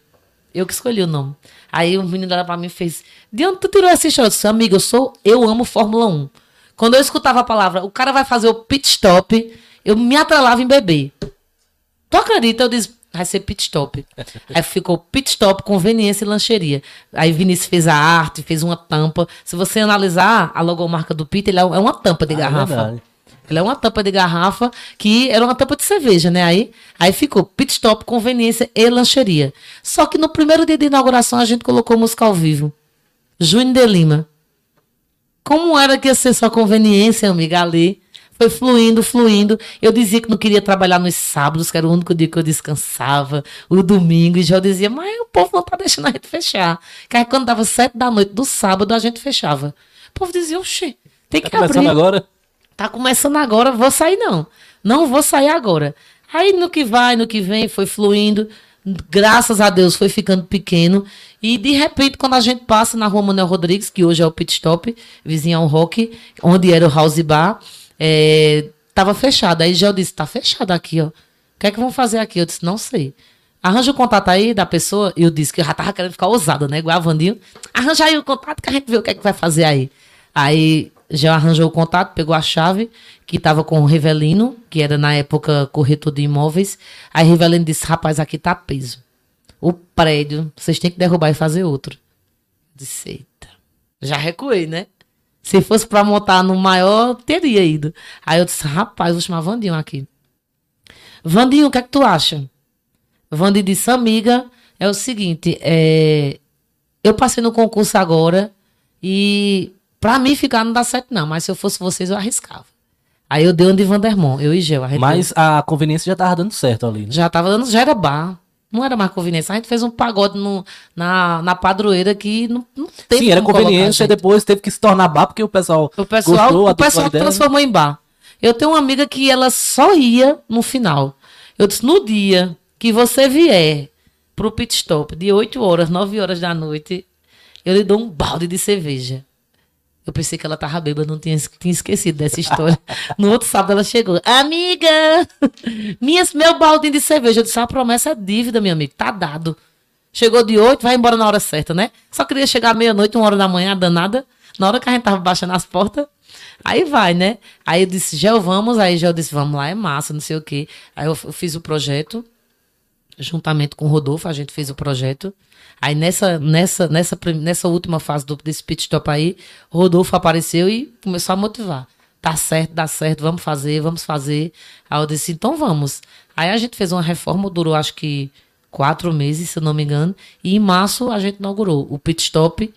Eu que escolhi o nome. Aí o menino olha pra mim e fez: de onde tu tirou essa história? Eu disse: amiga, eu amo Fórmula 1. Quando eu escutava a palavra, o cara vai fazer o pit stop, eu me atrelava em beber. Tu acredita? Eu disse: vai ser pit stop. Aí ficou pit stop, conveniência e lancheria. Aí Vinícius fez a arte, fez uma tampa. Se você analisar a logomarca do pit, ele é uma tampa de garrafa. Verdade. Ele é uma tampa de garrafa que era uma tampa de cerveja, né? Aí ficou pit stop, conveniência e lancheria. Só que no primeiro dia de inauguração a gente colocou música ao vivo. Júnior de Lima. Como era que ia ser só conveniência, amiga, ali? Foi fluindo, fluindo. Eu dizia que não queria trabalhar nos sábados, que era o único dia que eu descansava. O domingo, e já eu dizia, mas o povo não tá deixando a gente fechar. Que aí quando dava 7 da noite do sábado, a gente fechava. O povo dizia, oxê, tem que abrir. Tá começando agora? Tá começando agora, vou sair não. Não vou sair agora. Aí no que vai, no que vem, foi fluindo. Graças a Deus foi ficando pequeno. E de repente, quando a gente passa na rua Manuel Rodrigues, que hoje é o Pit Stop, vizinho ao Rock, onde era o House Bar, tava fechado. Aí eu disse, tá fechado aqui, ó. O que é que vão fazer aqui? Eu disse, não sei. Arranja o contato aí da pessoa. Eu disse que eu já tava querendo ficar ousada, né? Igual a Vandinho. Arranja aí o contato que a gente vê o que é que vai fazer aí. Aí já arranjou o contato, pegou a chave, que estava com o Rivelino, que era na época corretor de imóveis. Aí Rivelino disse, rapaz, aqui tá peso. O prédio, vocês têm que derrubar e fazer outro. Eu disse, eita. Já recuei, né? Se fosse para montar no maior, teria ido. Aí eu disse, rapaz, vou chamar Vandinho aqui. Vandinho, o que é que tu acha? Vandinho disse, amiga, é o seguinte, eu passei no concurso agora e pra mim ficar não dá certo não, mas se eu fosse vocês eu arriscava. Aí eu dei um de Vandermont, eu e Gel. Mas a conveniência já tava dando certo ali, né? Já tava dando, já era bar. Não era mais conveniência. A gente fez um pagode na padroeira que não teve. Sim, era conveniência e depois teve que se tornar bar porque o pessoal gostou, o pessoal transformou em bar. Eu tenho uma amiga que ela só ia no final. Eu disse, no dia que você vier pro pit stop de 8 horas, 9 horas da noite, eu lhe dou um balde de cerveja. Eu pensei que ela tava bêbada, não tinha esquecido dessa história. No outro sábado ela chegou. Amiga, meu baldinho de cerveja. Eu disse, a promessa é dívida, meu amigo. Tá dado. Chegou de 8, vai embora na hora certa, né? Só queria chegar meia-noite, 1 hora da manhã, danada. Na hora que a gente tava baixando as portas. Aí vai, né? Aí eu disse, Gel, vamos. Aí Gel disse, vamos lá, é massa, não sei o quê. Aí eu fiz o projeto. Juntamente com o Rodolfo, a gente fez o projeto. Aí nessa última fase desse pit stop aí, o Rodolfo apareceu e começou a motivar. Tá certo, dá certo, vamos fazer. Aí eu disse, então vamos. Aí a gente fez uma reforma, durou acho que 4 meses, se eu não me engano. E em março a gente inaugurou o pit stop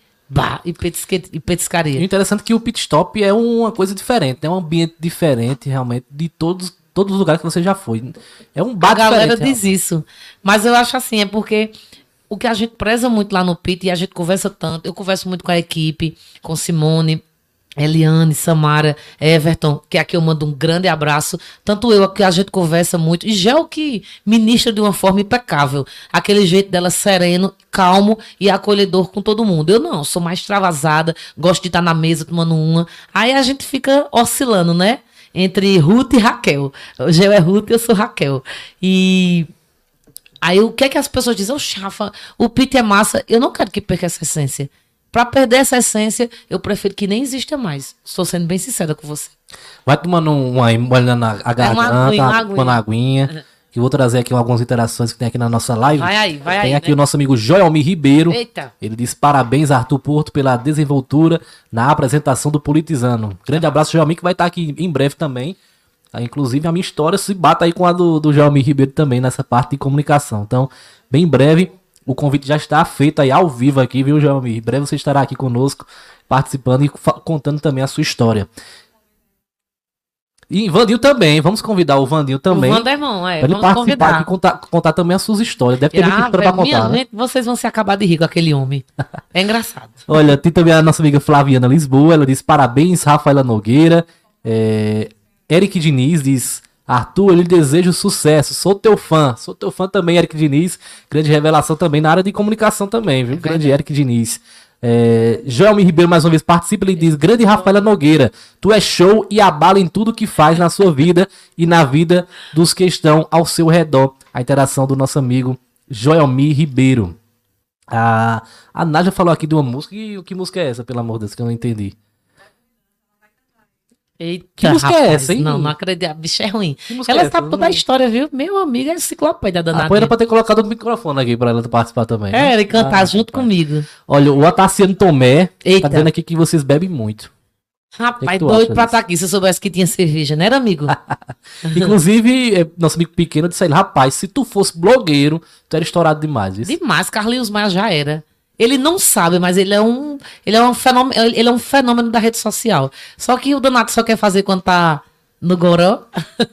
e petiscaria. O interessante é que o pit stop é uma coisa diferente, é um ambiente diferente realmente de todos os lugares que você já foi. É um bar diferente. A galera diz realmente. isso. Mas eu acho assim, é porque o que a gente preza muito lá no PIT, e a gente conversa tanto, eu converso muito com a equipe, com Simone, Eliane, Samara, Everton, que aqui eu mando um grande abraço. Tanto eu que a gente conversa muito. E Gel que ministra de uma forma impecável. Aquele jeito dela sereno, calmo e acolhedor com todo mundo. Eu não, sou mais extravasada, gosto de estar na mesa tomando uma. Aí a gente fica oscilando, né? Entre Ruth e Raquel. O Gel é Ruth e eu sou Raquel. E aí o que é que as pessoas dizem? Chafa, o PIT é massa. Eu não quero que perca essa essência. Para perder essa essência, eu prefiro que nem exista mais. Estou sendo bem sincera com você. Vai tomando molhando a garganta, tomando uma aguinha. Que eu vou trazer aqui algumas interações que tem aqui na nossa live. Vai aí, tem aqui, né? O nosso amigo Joelmir Ribeiro. Eita. Ele diz, parabéns, Arthur Porto, pela desenvoltura na apresentação do Politizando. Grande abraço, Joelmir, que vai estar aqui em breve também. Inclusive, a minha história se bate aí com a do Joelmir Ribeiro também, nessa parte de comunicação. Então, bem breve, o convite já está feito aí ao vivo aqui, viu, Joelmir? Em breve você estará aqui conosco, participando e contando também a sua história. E Vandinho também, vamos convidar o Vandinho também. O Vandermont, pra ele participar aqui e contar também as suas histórias. Deve ter muita história pra contar, né? Gente, vocês vão se acabar de rir com aquele homem. É engraçado. Olha, tem também a nossa amiga Flaviana Lisboa, ela diz, parabéns, Rafaela Nogueira. Eric Diniz diz, Arthur, eu lhe desejo sucesso, sou teu fã também, Eric Diniz, grande revelação também na área de comunicação também, viu? Grande Eric Diniz. Joelmir Ribeiro mais uma vez participa, ele diz, grande Rafaela Nogueira, tu é show e abala em tudo que faz na sua vida e na vida dos que estão ao seu redor. A interação do nosso amigo Joelmir Ribeiro. A Nádia falou aqui de uma música, e que música é essa, pelo amor de Deus, que eu não entendi? Eita, Que música rapaz, é essa, hein? Não acredito. A bicha é ruim. Que música Ela é essa? sabe toda a história, viu? Meu amigo é enciclopédia danada. Era pra ter colocado o microfone aqui pra ela participar também. Né? Ele cantar junto rapaz. comigo. Olha, o Otaciano Tomé Eita. tá dizendo aqui que vocês bebem muito. Rapaz, tu doido acha pra disso? estar aqui. Se eu soubesse que tinha cerveja, não era, amigo? Inclusive, nosso amigo pequeno disse a ele, rapaz, se tu fosse blogueiro, tu era estourado demais. Isso. Demais, Carlinhos Maia já era. Ele não sabe, mas ele é um fenômeno da rede social. Só que o danado só quer fazer quando tá no goró.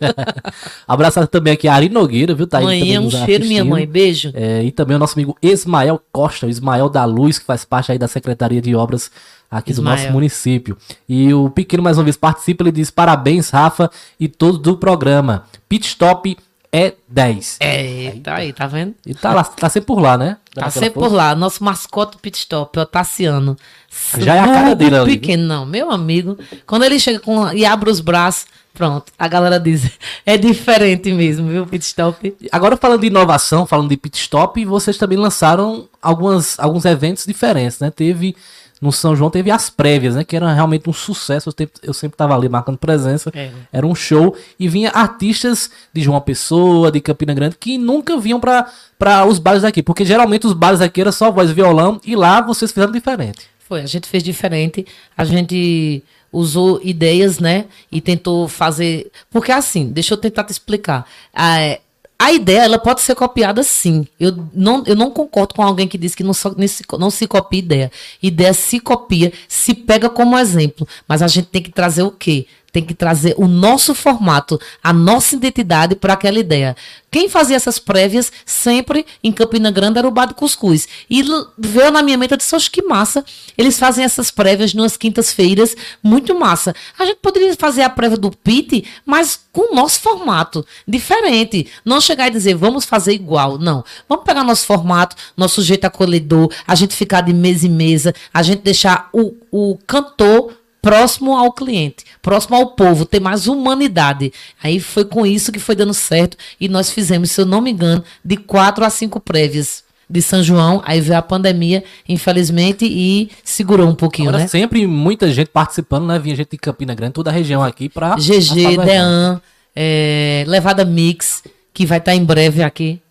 Abraçado também aqui a Ari Nogueira, viu? Tá aí Mãe, também é um nos cheiro, minha assistindo. mãe. Beijo. E também o nosso amigo Ismael Costa, o Ismael da Luz, que faz parte aí da Secretaria de Obras aqui do nosso município. E o pequeno mais uma vez participa, ele diz parabéns, Rafa, e todos do programa. Pit Stop é 10. Tá aí, tá vendo? E tá lá, tá sempre por lá, né? Tá sempre por lá. Nosso mascote do Pit Stop, é o Tassiano. Já é a cara dele ali. Pequeno, não. Meu amigo, quando ele chega e abre os braços, pronto. A galera diz, é diferente mesmo, viu, Pit Stop? Agora falando de inovação, falando de Pit Stop, vocês também lançaram alguns eventos diferentes, né? No São João teve as prévias, né? Que era realmente um sucesso. Eu sempre estava ali marcando presença. Era um show. E vinha artistas de João Pessoa, de Campina Grande, que nunca vinham para os bares daqui. Porque geralmente os bares aqui era só voz e violão. E lá vocês fizeram diferente. Foi, a gente fez diferente. A gente usou ideias, né? E tentou fazer... Porque assim, deixa eu tentar te explicar. A ideia, ela pode ser copiada sim. Eu não concordo com alguém que diz que não se copia ideia. Ideia se copia, se pega como exemplo. Mas a gente tem que trazer o quê? Tem que trazer o nosso formato, a nossa identidade para aquela ideia. Quem fazia essas prévias sempre em Campina Grande era o Bar do Cuscuz. E veio na minha mente, eu disse, oxe, que massa. Eles fazem essas prévias nas quintas-feiras, muito massa. A gente poderia fazer a prévia do PIT, mas com o nosso formato, diferente. Não chegar e dizer, vamos fazer igual. Não. Vamos pegar nosso formato, nosso jeito acolhedor, a gente ficar de mesa em mesa, a gente deixar o cantor próximo ao cliente, próximo ao povo, ter mais humanidade. Aí foi com isso que foi dando certo e nós fizemos, se eu não me engano, de 4 a 5 prévias de São João. Aí veio a pandemia, infelizmente, e segurou um pouquinho, Agora, né? sempre muita gente participando, né? Vinha gente de Campina Grande, toda a região aqui para GG, Dean, Levada Mix, que vai estar em breve aqui.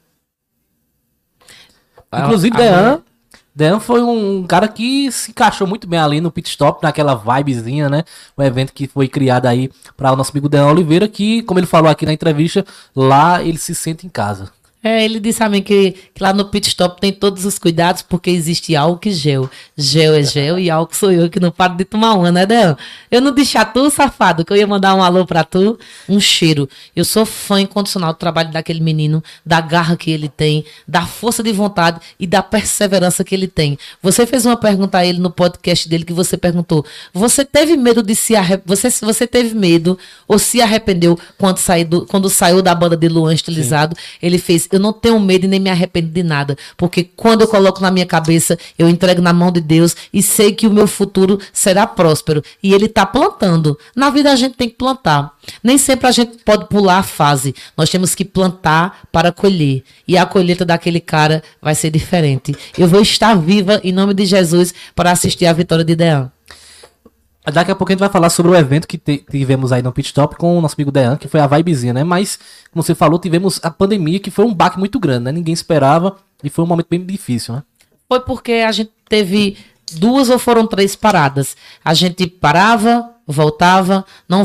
Inclusive, Dean foi um cara que se encaixou muito bem ali no Pit Stop, naquela vibezinha, né? O evento que foi criado aí para o nosso amigo Dean Oliveira, que, como ele falou aqui na entrevista, lá ele se sente em casa. Ele disse a mim que lá no Pit Stop tem todos os cuidados porque existe álcool e gel. Gel é gel e álcool sou eu que não paro de tomar uma, né, Del? Eu não disse a tu, safado, que eu ia mandar um alô pra tu. Um cheiro. Eu sou fã incondicional do trabalho daquele menino, da garra que ele tem, da força de vontade e da perseverança que ele tem. Você fez uma pergunta a ele no podcast dele que você perguntou, você teve medo de você teve medo ou se arrependeu quando saiu da banda de Luan Estilizado? Sim. Ele fez, eu não tenho medo e nem me arrependo de nada, porque quando eu coloco na minha cabeça, eu entrego na mão de Deus e sei que o meu futuro será próspero. E ele está plantando. Na vida a gente tem que plantar. Nem sempre a gente pode pular a fase. Nós temos que plantar para colher. E a colheita daquele cara vai ser diferente. Eu vou estar viva em nome de Jesus para assistir a vitória de Dean. Daqui a pouco a gente vai falar sobre o evento que tivemos aí no Pit Stop com o nosso amigo Dean, que foi a vibezinha, né? Mas, como você falou, tivemos a pandemia, que foi um baque muito grande, né? Ninguém esperava e foi um momento bem difícil, né? Foi porque a gente teve 2 ou foram 3 paradas. A gente parava, voltava,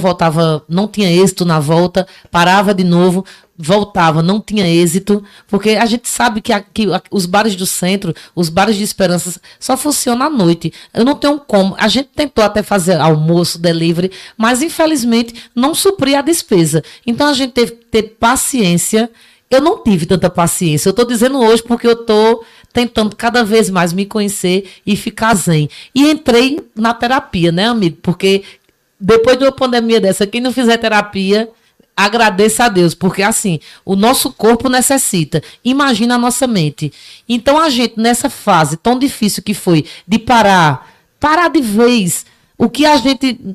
não tinha êxito na volta, parava de novo, voltava, não tinha êxito, porque a gente sabe que os bares do centro, os bares de Esperança, só funcionam à noite. Eu não tenho como. A gente tentou até fazer almoço, delivery, mas infelizmente não supria a despesa. Então a gente teve que ter paciência. Eu não tive tanta paciência. Eu estou dizendo hoje porque eu estou tentando cada vez mais me conhecer e ficar zen. E entrei na terapia, né, amigo? Porque depois de uma pandemia dessa, quem não fizer terapia, agradeça a Deus, porque assim, o nosso corpo necessita, imagina a nossa mente. Então a gente, nessa fase tão difícil que foi, de parar de vez, o que a gente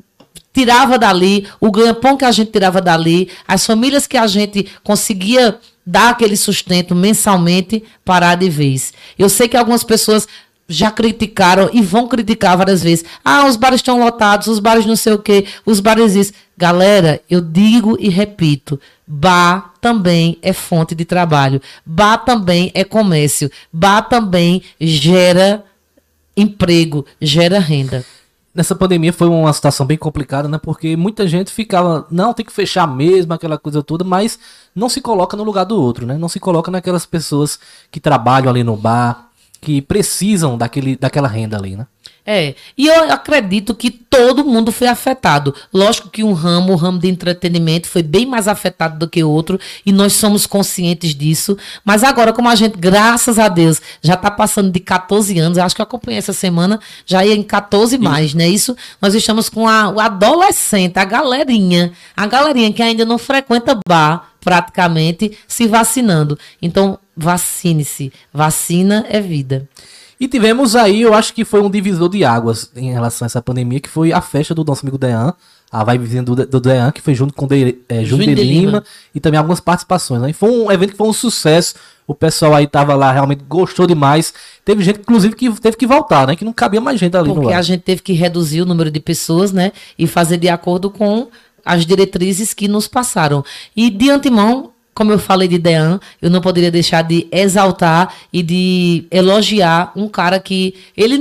tirava dali, o ganha-pão que a gente tirava dali, as famílias que a gente conseguia dar aquele sustento mensalmente, parar de vez. Eu sei que algumas pessoas já criticaram e vão criticar várias vezes. Ah, os bares estão lotados, os bares não sei o quê, os bares isso. Galera, eu digo e repito, bar também é fonte de trabalho, bar também é comércio, bar também gera emprego, gera renda. Nessa pandemia foi uma situação bem complicada, né? Porque muita gente ficava, não, tem que fechar mesmo, aquela coisa toda, mas não se coloca no lugar do outro, né? Não se coloca naquelas pessoas que trabalham ali no bar, que precisam daquela renda ali, né? E eu acredito que todo mundo foi afetado. Lógico que o ramo de entretenimento foi bem mais afetado do que o outro, e nós somos conscientes disso. Mas agora, como a gente, graças a Deus, já está passando de 14 anos, eu acho que eu acompanhei essa semana, já ia em 14 mais, né? Isso, nós estamos com o adolescente, a galerinha que ainda não frequenta bar, praticamente, se vacinando. Então, vacine-se. Vacina é vida. E tivemos aí, eu acho que foi um divisor de águas em relação a essa pandemia, que foi a festa do nosso amigo Dean, a vibezinha do Dean, que foi junto com Júnior de Lima e também algumas participações, né? E foi um evento que foi um sucesso, o pessoal aí tava lá, realmente gostou demais. Teve gente, inclusive, que teve que voltar, né? Que não cabia mais gente ali no bar. Porque a gente teve que reduzir o número de pessoas, né? E fazer de acordo com as diretrizes que nos passaram. E de antemão, como eu falei de Dean, eu não poderia deixar de exaltar e de elogiar um cara que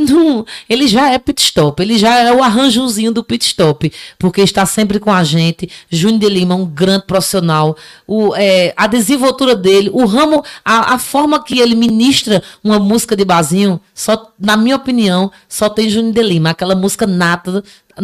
ele já é pit stop, ele já é o arranjozinho do pit stop, porque está sempre com a gente. Júnior de Lima, um grande profissional, a desenvoltura dele, o ramo, a forma que ele ministra uma música de barzinho, só, na minha opinião, só tem Júnior de Lima, aquela música nata,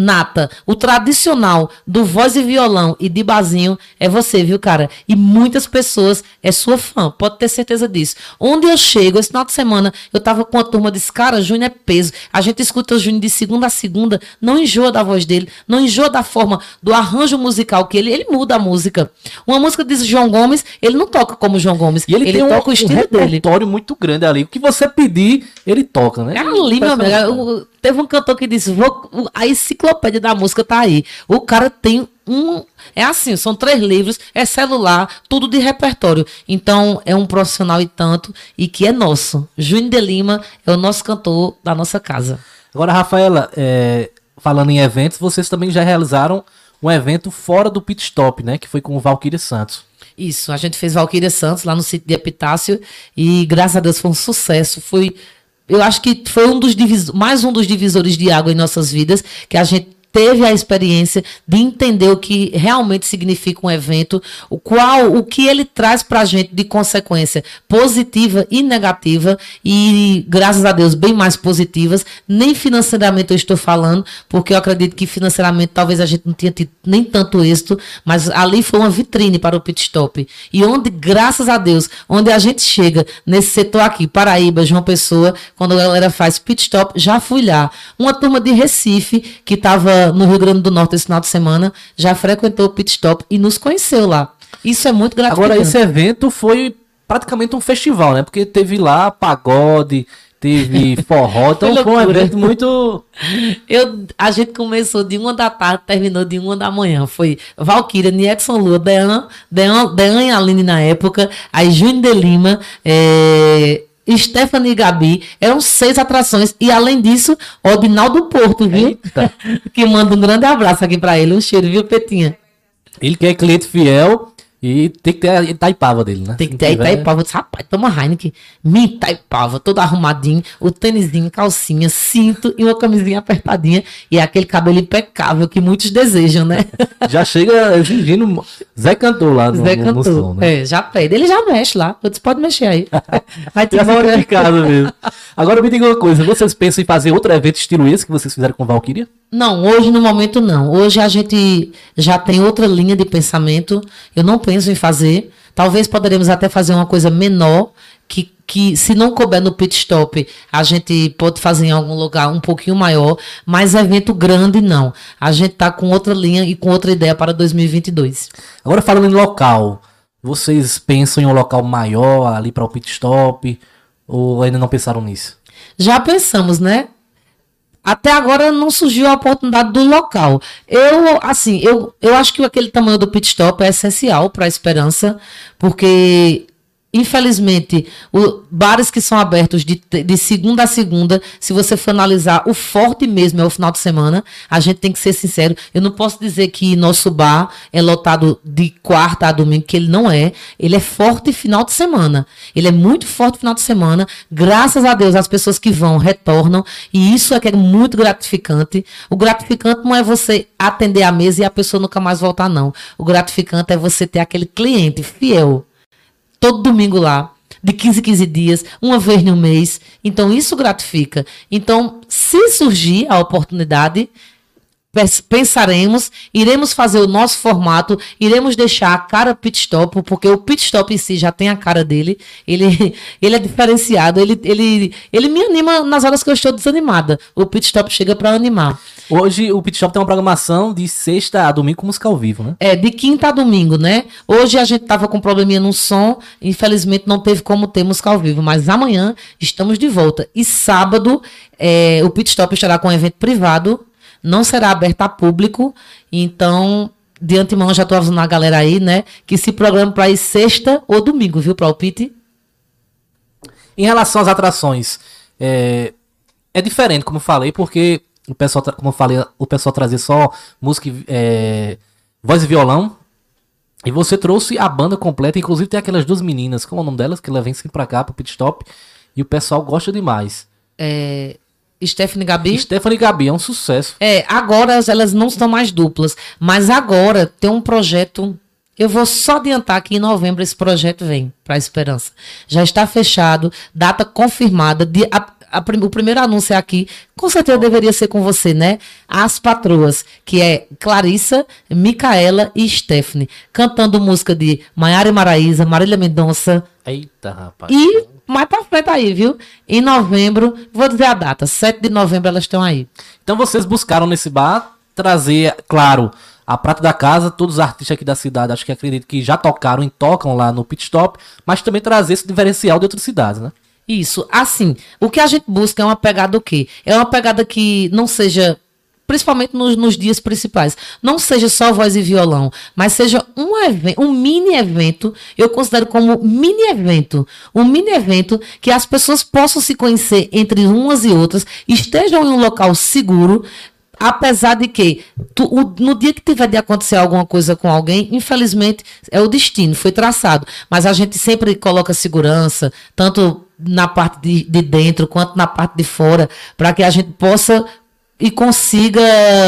o tradicional do voz e violão e de barzinho é você, viu, cara? E muitas pessoas é sua fã, pode ter certeza disso. Onde eu chego, esse final de semana, eu tava com a turma, disse, cara, Júnior é peso. A gente escuta o Júnior de segunda a segunda, não enjoa da voz dele, não enjoa da forma, do arranjo musical que ele muda a música. Uma música de João Gomes, ele não toca como João Gomes, e ele tem toca o estilo dele. Um repertório muito grande ali. O que você pedir, ele toca, né? É ali, meu amigo. Teve um cantor que disse, a enciclopédia da música tá aí. O cara tem é assim, são 3 livros, é celular, tudo de repertório. Então, é um profissional e tanto, e que é nosso. Júnior de Lima é o nosso cantor da nossa casa. Agora, Rafaela, falando em eventos, vocês também já realizaram um evento fora do pit stop, né? Que foi com o Valquíria Santos. Isso, a gente fez Valquíria Santos lá no sítio de Epitácio, e graças a Deus foi um sucesso. Eu acho que foi mais um dos divisores de água em nossas vidas, que a gente teve a experiência de entender o que realmente significa um evento, o que ele traz para a gente de consequência positiva e negativa, e graças a Deus bem mais positivas. Nem financeiramente eu estou falando, porque eu acredito que financeiramente talvez a gente não tenha tido nem tanto êxito, mas ali foi uma vitrine para o pit stop, e onde, graças a Deus, onde a gente chega nesse setor aqui, Paraíba, João Pessoa, quando a galera faz pit stop, já fui lá. Uma turma de Recife que estava no Rio Grande do Norte esse final de semana, já frequentou o pit stop e nos conheceu lá. Isso é muito gratificante. Agora, esse evento foi praticamente um festival, né? Porque teve lá pagode, teve forró, então foi um evento muito... A gente começou de 1 da tarde, terminou de 1 da manhã. Foi Valquíria, Niedson Lua, Dean e Aline na época, aí Júnior de Lima, Stephanie e Gabi, eram 6 atrações, e além disso, Odinaldo Porto, viu? Eita. Que manda um grande abraço aqui pra ele, um cheiro, viu, Petinha? Ele que é cliente fiel e tem que ter a Itaipava dele, né? Tem que ter a Itaipava. Eu disse, rapaz, toma Heineken, minha Itaipava, todo arrumadinho, o tênisinho, calcinha, cinto e uma camisinha apertadinha, e aquele cabelo impecável que muitos desejam, né? Já chega exigindo Zé Cantor lá no som, né? Já pede. Ele já mexe lá. Eu disse, pode mexer aí. Vai te embora. Mesmo. Agora me diga uma coisa, vocês pensam em fazer outro evento estilo esse que vocês fizeram com Valquíria? Não, hoje no momento não. Hoje a gente já tem outra linha de pensamento. Eu não penso em fazer. Talvez poderemos até fazer uma coisa menor, que se não couber no pit stop, a gente pode fazer em algum lugar um pouquinho maior, mas evento grande não. A gente está com outra linha e com outra ideia para 2022. Agora falando em local, vocês pensam em um local maior ali para o pit stop ou ainda não pensaram nisso? Já pensamos, né? Até agora não surgiu a oportunidade do local. Eu acho que aquele tamanho do pit stop é essencial para a Esperança, porque infelizmente, bares que são abertos de segunda a segunda, se você for analisar, o forte mesmo é o final de semana. A gente tem que ser sincero. Eu não posso dizer que nosso bar é lotado de quarta a domingo, que ele não é. Ele é forte final de semana. Ele é muito forte final de semana. Graças a Deus, as pessoas que vão retornam. E isso é que é muito gratificante. O gratificante não é você atender a mesa e a pessoa nunca mais voltar, não. O gratificante é você ter aquele cliente fiel todo domingo lá, de 15 em 15 dias, uma vez no mês. Então, isso gratifica. Então, se surgir a oportunidade, pensaremos, iremos fazer o nosso formato, iremos deixar a cara pit stop, porque o pit stop em si já tem a cara dele, ele é diferenciado, ele me anima nas horas que eu estou desanimada. O pit stop chega para animar. Hoje o Pit Stop tem uma programação de sexta a domingo com música ao vivo, né? É, de quinta a domingo, né? Hoje a gente tava com probleminha no som, infelizmente não teve como ter música ao vivo, mas amanhã estamos de volta. E sábado o Pit Stop estará com um evento privado, não será aberto a público, então de antemão já tô avisando a galera aí, né? Que se programa para ir sexta ou domingo, viu, para o Pit? Em relação às atrações, é diferente, como eu falei, porque o pessoal, como eu falei, o pessoal trazia só música, voz e violão. E você trouxe a banda completa. Inclusive tem aquelas duas meninas, como é o nome delas? Que elas vêm sempre pra cá, pro Pit Stop. E o pessoal gosta demais. Stephanie e Gabi? Stephanie e Gabi, é um sucesso. Agora elas não estão mais duplas. Mas agora tem um projeto. Eu vou só adiantar que em novembro esse projeto vem pra Esperança. Já está fechado, data confirmada. O primeiro anúncio é aqui, com certeza deveria ser com você, né? As Patroas, que é Clarissa, Micaela e Stephanie, cantando música de Maiara e Maraísa, Marília Mendonça. Eita, rapaz. E mais pra frente aí, viu? Em novembro, vou dizer a data, 7 de novembro elas estão aí. Então vocês buscaram nesse bar trazer, claro, a prata da casa, todos os artistas aqui da cidade, acho que acredito que já tocaram e tocam lá no Pit Stop, mas também trazer esse diferencial de outras cidades, né? Isso, assim, o que a gente busca é uma pegada o quê? É uma pegada que não seja, principalmente nos dias principais, não seja só voz e violão, mas seja um mini evento, eu considero como mini evento, um mini evento que as pessoas possam se conhecer entre umas e outras, estejam em um local seguro. Apesar de que, no dia que tiver de acontecer alguma coisa com alguém, infelizmente, é o destino, foi traçado. Mas a gente sempre coloca segurança, tanto na parte de dentro quanto na parte de fora, para que a gente possa e consiga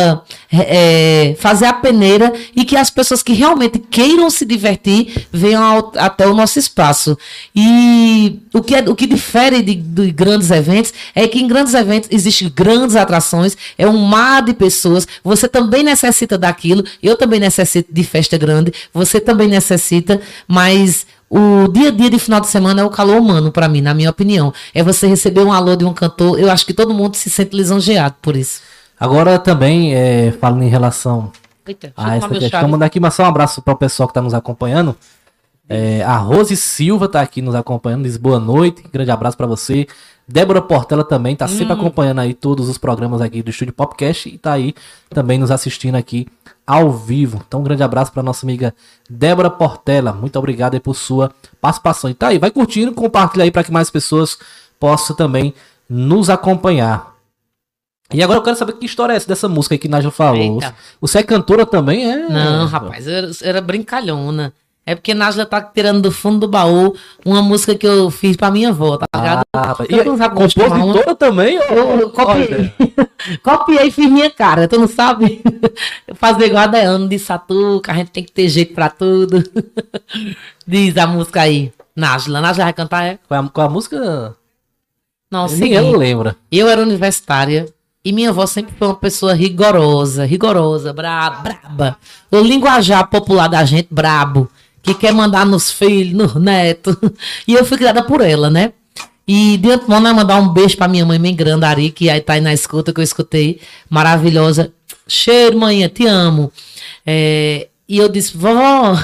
fazer a peneira e que as pessoas que realmente queiram se divertir venham até o nosso espaço. E o que difere de grandes eventos é que em grandes eventos existem grandes atrações, é um mar de pessoas, você também necessita daquilo, eu também necessito de festa grande, você também necessita, mas o dia a dia de final de semana é o calor humano para mim, na minha opinião. É você receber um alô de um cantor, eu acho que todo mundo se sente lisonjeado por isso. Agora também, falando em relação a essa questão, mandar aqui só um abraço para o pessoal que está nos acompanhando. A Rose Silva está aqui nos acompanhando, diz boa noite, grande abraço para você. Débora Portela também está sempre acompanhando aí todos os programas aqui do Estúdio Popcast e está aí também nos assistindo aqui ao vivo. Então um grande abraço para nossa amiga Débora Portela, muito obrigado aí por sua participação. E tá aí, vai curtindo, compartilha aí para que mais pessoas possam também nos acompanhar. E agora eu quero saber que história é essa dessa música aí que Nájila falou. Eita. Você é cantora também? Não, rapaz, eu era brincalhona. É porque Nájila tá tirando do fundo do baú uma música que eu fiz pra minha avó, tá ligado? E compositora também? Eu copiei. Copiei e fiz minha cara, tu não sabe? Fazer igual a Deano de Satuca, a gente tem que ter jeito pra tudo. Diz a música aí. Nájila vai cantar, Qual a música? Nossa, nem ela lembra. Eu era universitária. E minha avó sempre foi uma pessoa rigorosa, braba. O linguajar popular da gente, brabo. Que quer mandar nos filhos, nos netos. E eu fui criada por ela, né? E de antemão, mandar um beijo pra minha mãe, bem grande, Ari, que aí tá aí na escuta, que eu escutei. Maravilhosa. Cheiro, manhã, te amo. E eu disse, vó,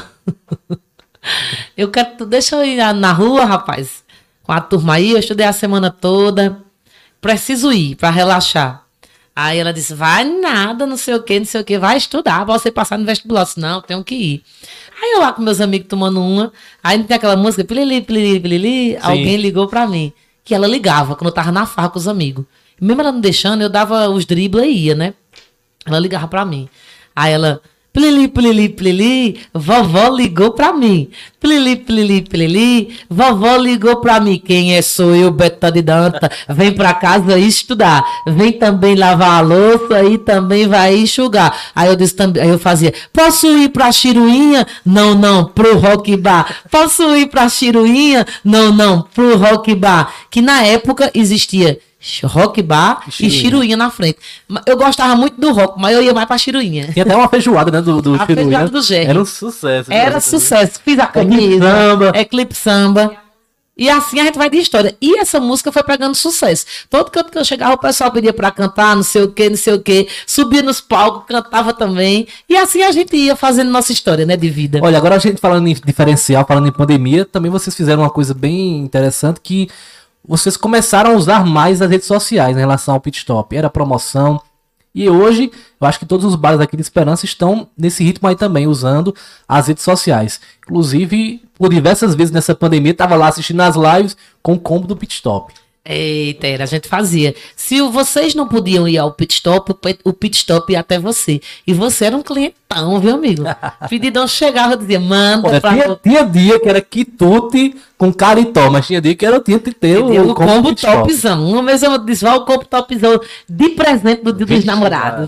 deixa eu ir na rua, rapaz, com a turma aí. Eu estudei a semana toda. Preciso ir pra relaxar. Aí ela disse, vai nada, não sei o que, vai estudar pra você passar no vestibular. Eu disse, não, tenho que ir. Aí eu lá com meus amigos tomando uma, aí não tem aquela música, pilili, pilili, pilili, alguém ligou pra mim. Que ela ligava quando eu tava na farra com os amigos. Mesmo ela não deixando, eu dava os dribles e ia, né? Ela ligava pra mim. Aí ela, plili, plili, plili, vovó ligou pra mim. Plili, plili, plili, vovó ligou pra mim. Quem é? Sou eu, Beta de Danta. Vem pra casa estudar. Vem também lavar a louça e também vai enxugar. Aí eu disse também, aí eu fazia, posso ir pra Chiruinha? Não, não, pro Rock Bar. Posso ir pra Chiruinha? Não, não, pro Rock Bar. Que na época existia Rock Bar e Chiruinha na frente. Eu gostava muito do rock, mas eu ia mais pra Chiruinha. Tinha até uma feijoada, né, do A Chiruinha. feijoada do Jerry. Era um sucesso. Era sucesso. Fiz a camisa. Clipe samba. E assim a gente vai de história. E essa música foi pegando sucesso. Todo canto que eu chegava, o pessoal pedia pra cantar, não sei o que, não sei o que. Subia nos palcos, cantava também. E assim a gente ia fazendo nossa história, né, de vida. Olha, agora a gente falando em diferencial, falando em pandemia, também vocês fizeram uma coisa bem interessante que vocês começaram a usar mais as redes sociais em relação ao pit stop. Era promoção. E hoje, eu acho que todos os bares aqui de Esperança estão nesse ritmo aí também, usando as redes sociais. Inclusive, por diversas vezes nessa pandemia, estava lá assistindo as lives com o combo do pit stop. Eita, a gente fazia. Se vocês não podiam ir ao pit stop, o pit stop ia até você. E você era um clientão, viu, amigo? O pedidão chegava e dizia, manda. Olha, tinha dia que era quitute com caritó, mas tinha dia que tinha que ter o combo topzão. Uma vez eu disse, vai o combo topzão de presente do dia dos namorados.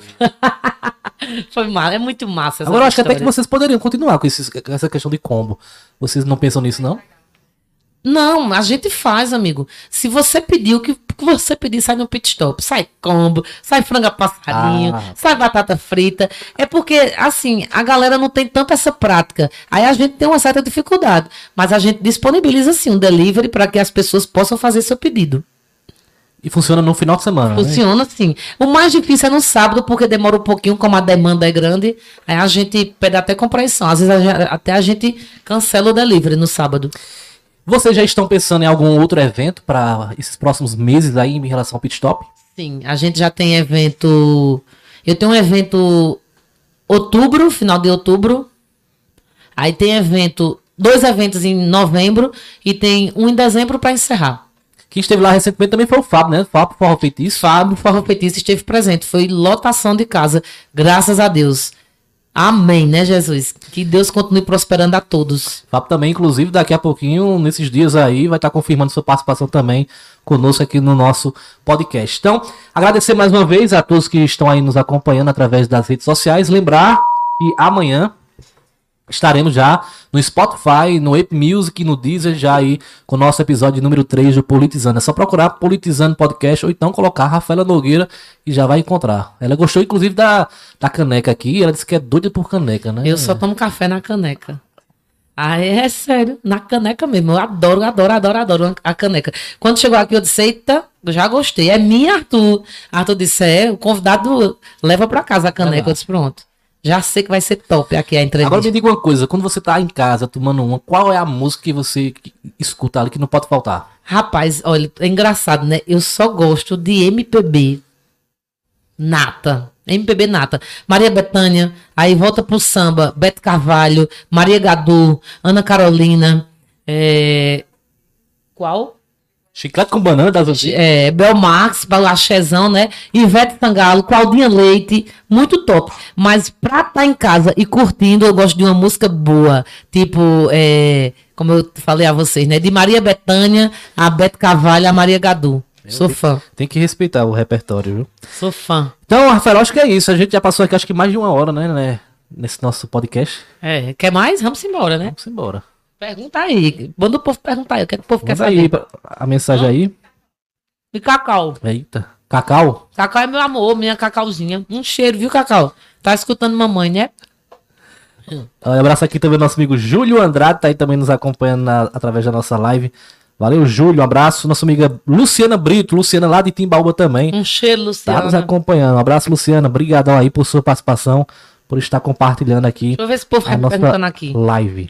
Foi mal, é muito massa essa Agora eu acho que até que vocês poderiam continuar com essa questão de combo. Vocês não pensam nisso, não? Não, a gente faz, amigo. Se você pedir o que você pedir, sai no pit stop. Sai combo, sai franga passarinho, sai batata frita. É porque, assim, a galera não tem tanta essa prática. Aí a gente tem uma certa dificuldade. Mas a gente disponibiliza, sim, um delivery para que as pessoas possam fazer seu pedido. E funciona no final de semana, Funciona, né? Sim. O mais difícil é no sábado, porque demora um pouquinho, como a demanda é grande. Aí a gente pede até compreensão. Às vezes até a gente cancela o delivery no sábado. Vocês já estão pensando em algum outro evento para esses próximos meses aí em relação ao pit stop? Sim, a gente já tem evento. Eu tenho um evento outubro, final de outubro. Aí tem dois eventos em novembro e tem um em dezembro para encerrar. Quem esteve lá recentemente também foi o Fábio, né? Fábio Forró Feitiço. Fábio Forró Feitiço esteve presente. Foi lotação de casa, graças a Deus. Amém, né, Jesus? Que Deus continue prosperando a todos. Fábio também, inclusive, daqui a pouquinho, nesses dias aí, vai estar confirmando sua participação também conosco aqui no nosso podcast. Então, agradecer mais uma vez a todos que estão aí nos acompanhando através das redes sociais. Lembrar que amanhã estaremos já no Spotify, no Apple Music, no Deezer, já aí com o nosso episódio número 3 do Politizando. É só procurar Politizando Podcast ou então colocar Rafaela Nogueira e já vai encontrar. Ela gostou, inclusive, da caneca aqui. Ela disse que é doida por caneca, né? Eu só tomo café na caneca. Ah, é sério, na caneca mesmo. Eu adoro a caneca. Quando chegou aqui, eu disse, eita, eu já gostei. É minha, Arthur. Arthur disse, o convidado leva pra casa a caneca. Eu disse, pronto. Já sei que vai ser top aqui a entrevista. Agora me diga uma coisa, quando você tá em casa tomando uma, qual é a música que você escuta ali que não pode faltar? Rapaz, olha, é engraçado, né? Eu só gosto de MPB nata. MPB nata. Maria Bethânia, aí volta pro samba, Beto Carvalho, Maria Gadu, Ana Carolina, qual? Chiclete com banana das antigas. Belmarx, Balachezão, né? Ivete Sangalo, Claudinha Leite, muito top. Mas pra estar em casa e curtindo, eu gosto de uma música boa. Tipo, como eu falei a vocês, né? De Maria Bethânia, a Beto Carvalho, a Maria Gadu. Sou fã. Tem que respeitar o repertório, viu? Sou fã. Então, Rafael, acho que é isso. A gente já passou aqui, acho que mais de uma hora, né? Nesse nosso podcast. Quer mais? Vamos embora, né? Vamos embora. Pergunta aí. Manda o povo perguntar aí. O que é que o povo quer saber? Aí a mensagem aí. E Cacau. Eita. Cacau? Cacau é meu amor, minha Cacauzinha. Um cheiro, viu, Cacau? Tá escutando mamãe, né? Um abraço aqui também ao nosso amigo Júlio Andrade, tá aí também nos acompanhando através da nossa live. Valeu, Júlio. Um abraço. Nossa amiga Luciana Brito. Luciana lá de Timbaúba também. Um cheiro, Luciana. Tá nos acompanhando. Um abraço, Luciana. Obrigadão aí por sua participação, por estar compartilhando aqui. Deixa eu ver se o povo vai perguntando aqui. Live.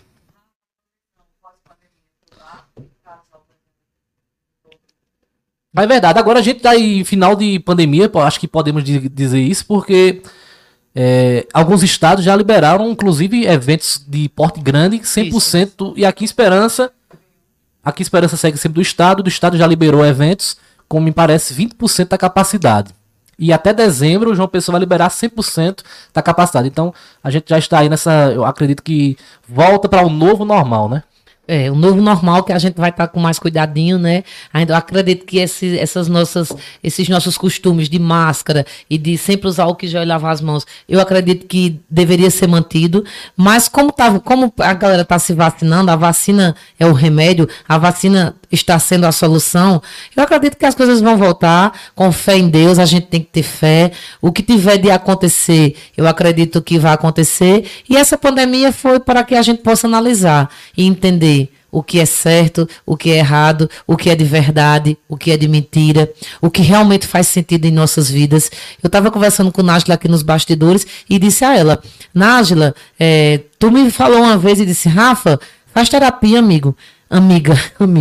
Mas é verdade, agora a gente tá em final de pandemia, acho que podemos dizer isso, porque alguns estados já liberaram, inclusive, eventos de porte grande, 100%, e aqui Esperança segue sempre do estado já liberou eventos, com, me parece, 20% da capacidade. E até dezembro o João Pessoa vai liberar 100% da capacidade. Então, a gente já está aí eu acredito que volta para o novo normal, né? O novo normal que a gente vai estar com mais cuidadinho, né? Ainda eu acredito que esses nossos costumes de máscara e de sempre usar álcool gel e lavar as mãos, eu acredito que deveria ser mantido. Mas como a galera está se vacinando, a vacina é o remédio, a vacina está sendo a solução, eu acredito que as coisas vão voltar com fé em Deus, a gente tem que ter fé. O que tiver de acontecer, eu acredito que vai acontecer. E essa pandemia foi para que a gente possa analisar e entender o que é certo, o que é errado, o que é de verdade, o que é de mentira, o que realmente faz sentido em nossas vidas. Eu estava conversando com Nájila aqui nos bastidores e disse a ela, Nájila, tu me falou uma vez e disse, Rafa, faz terapia, amigo. Amigo.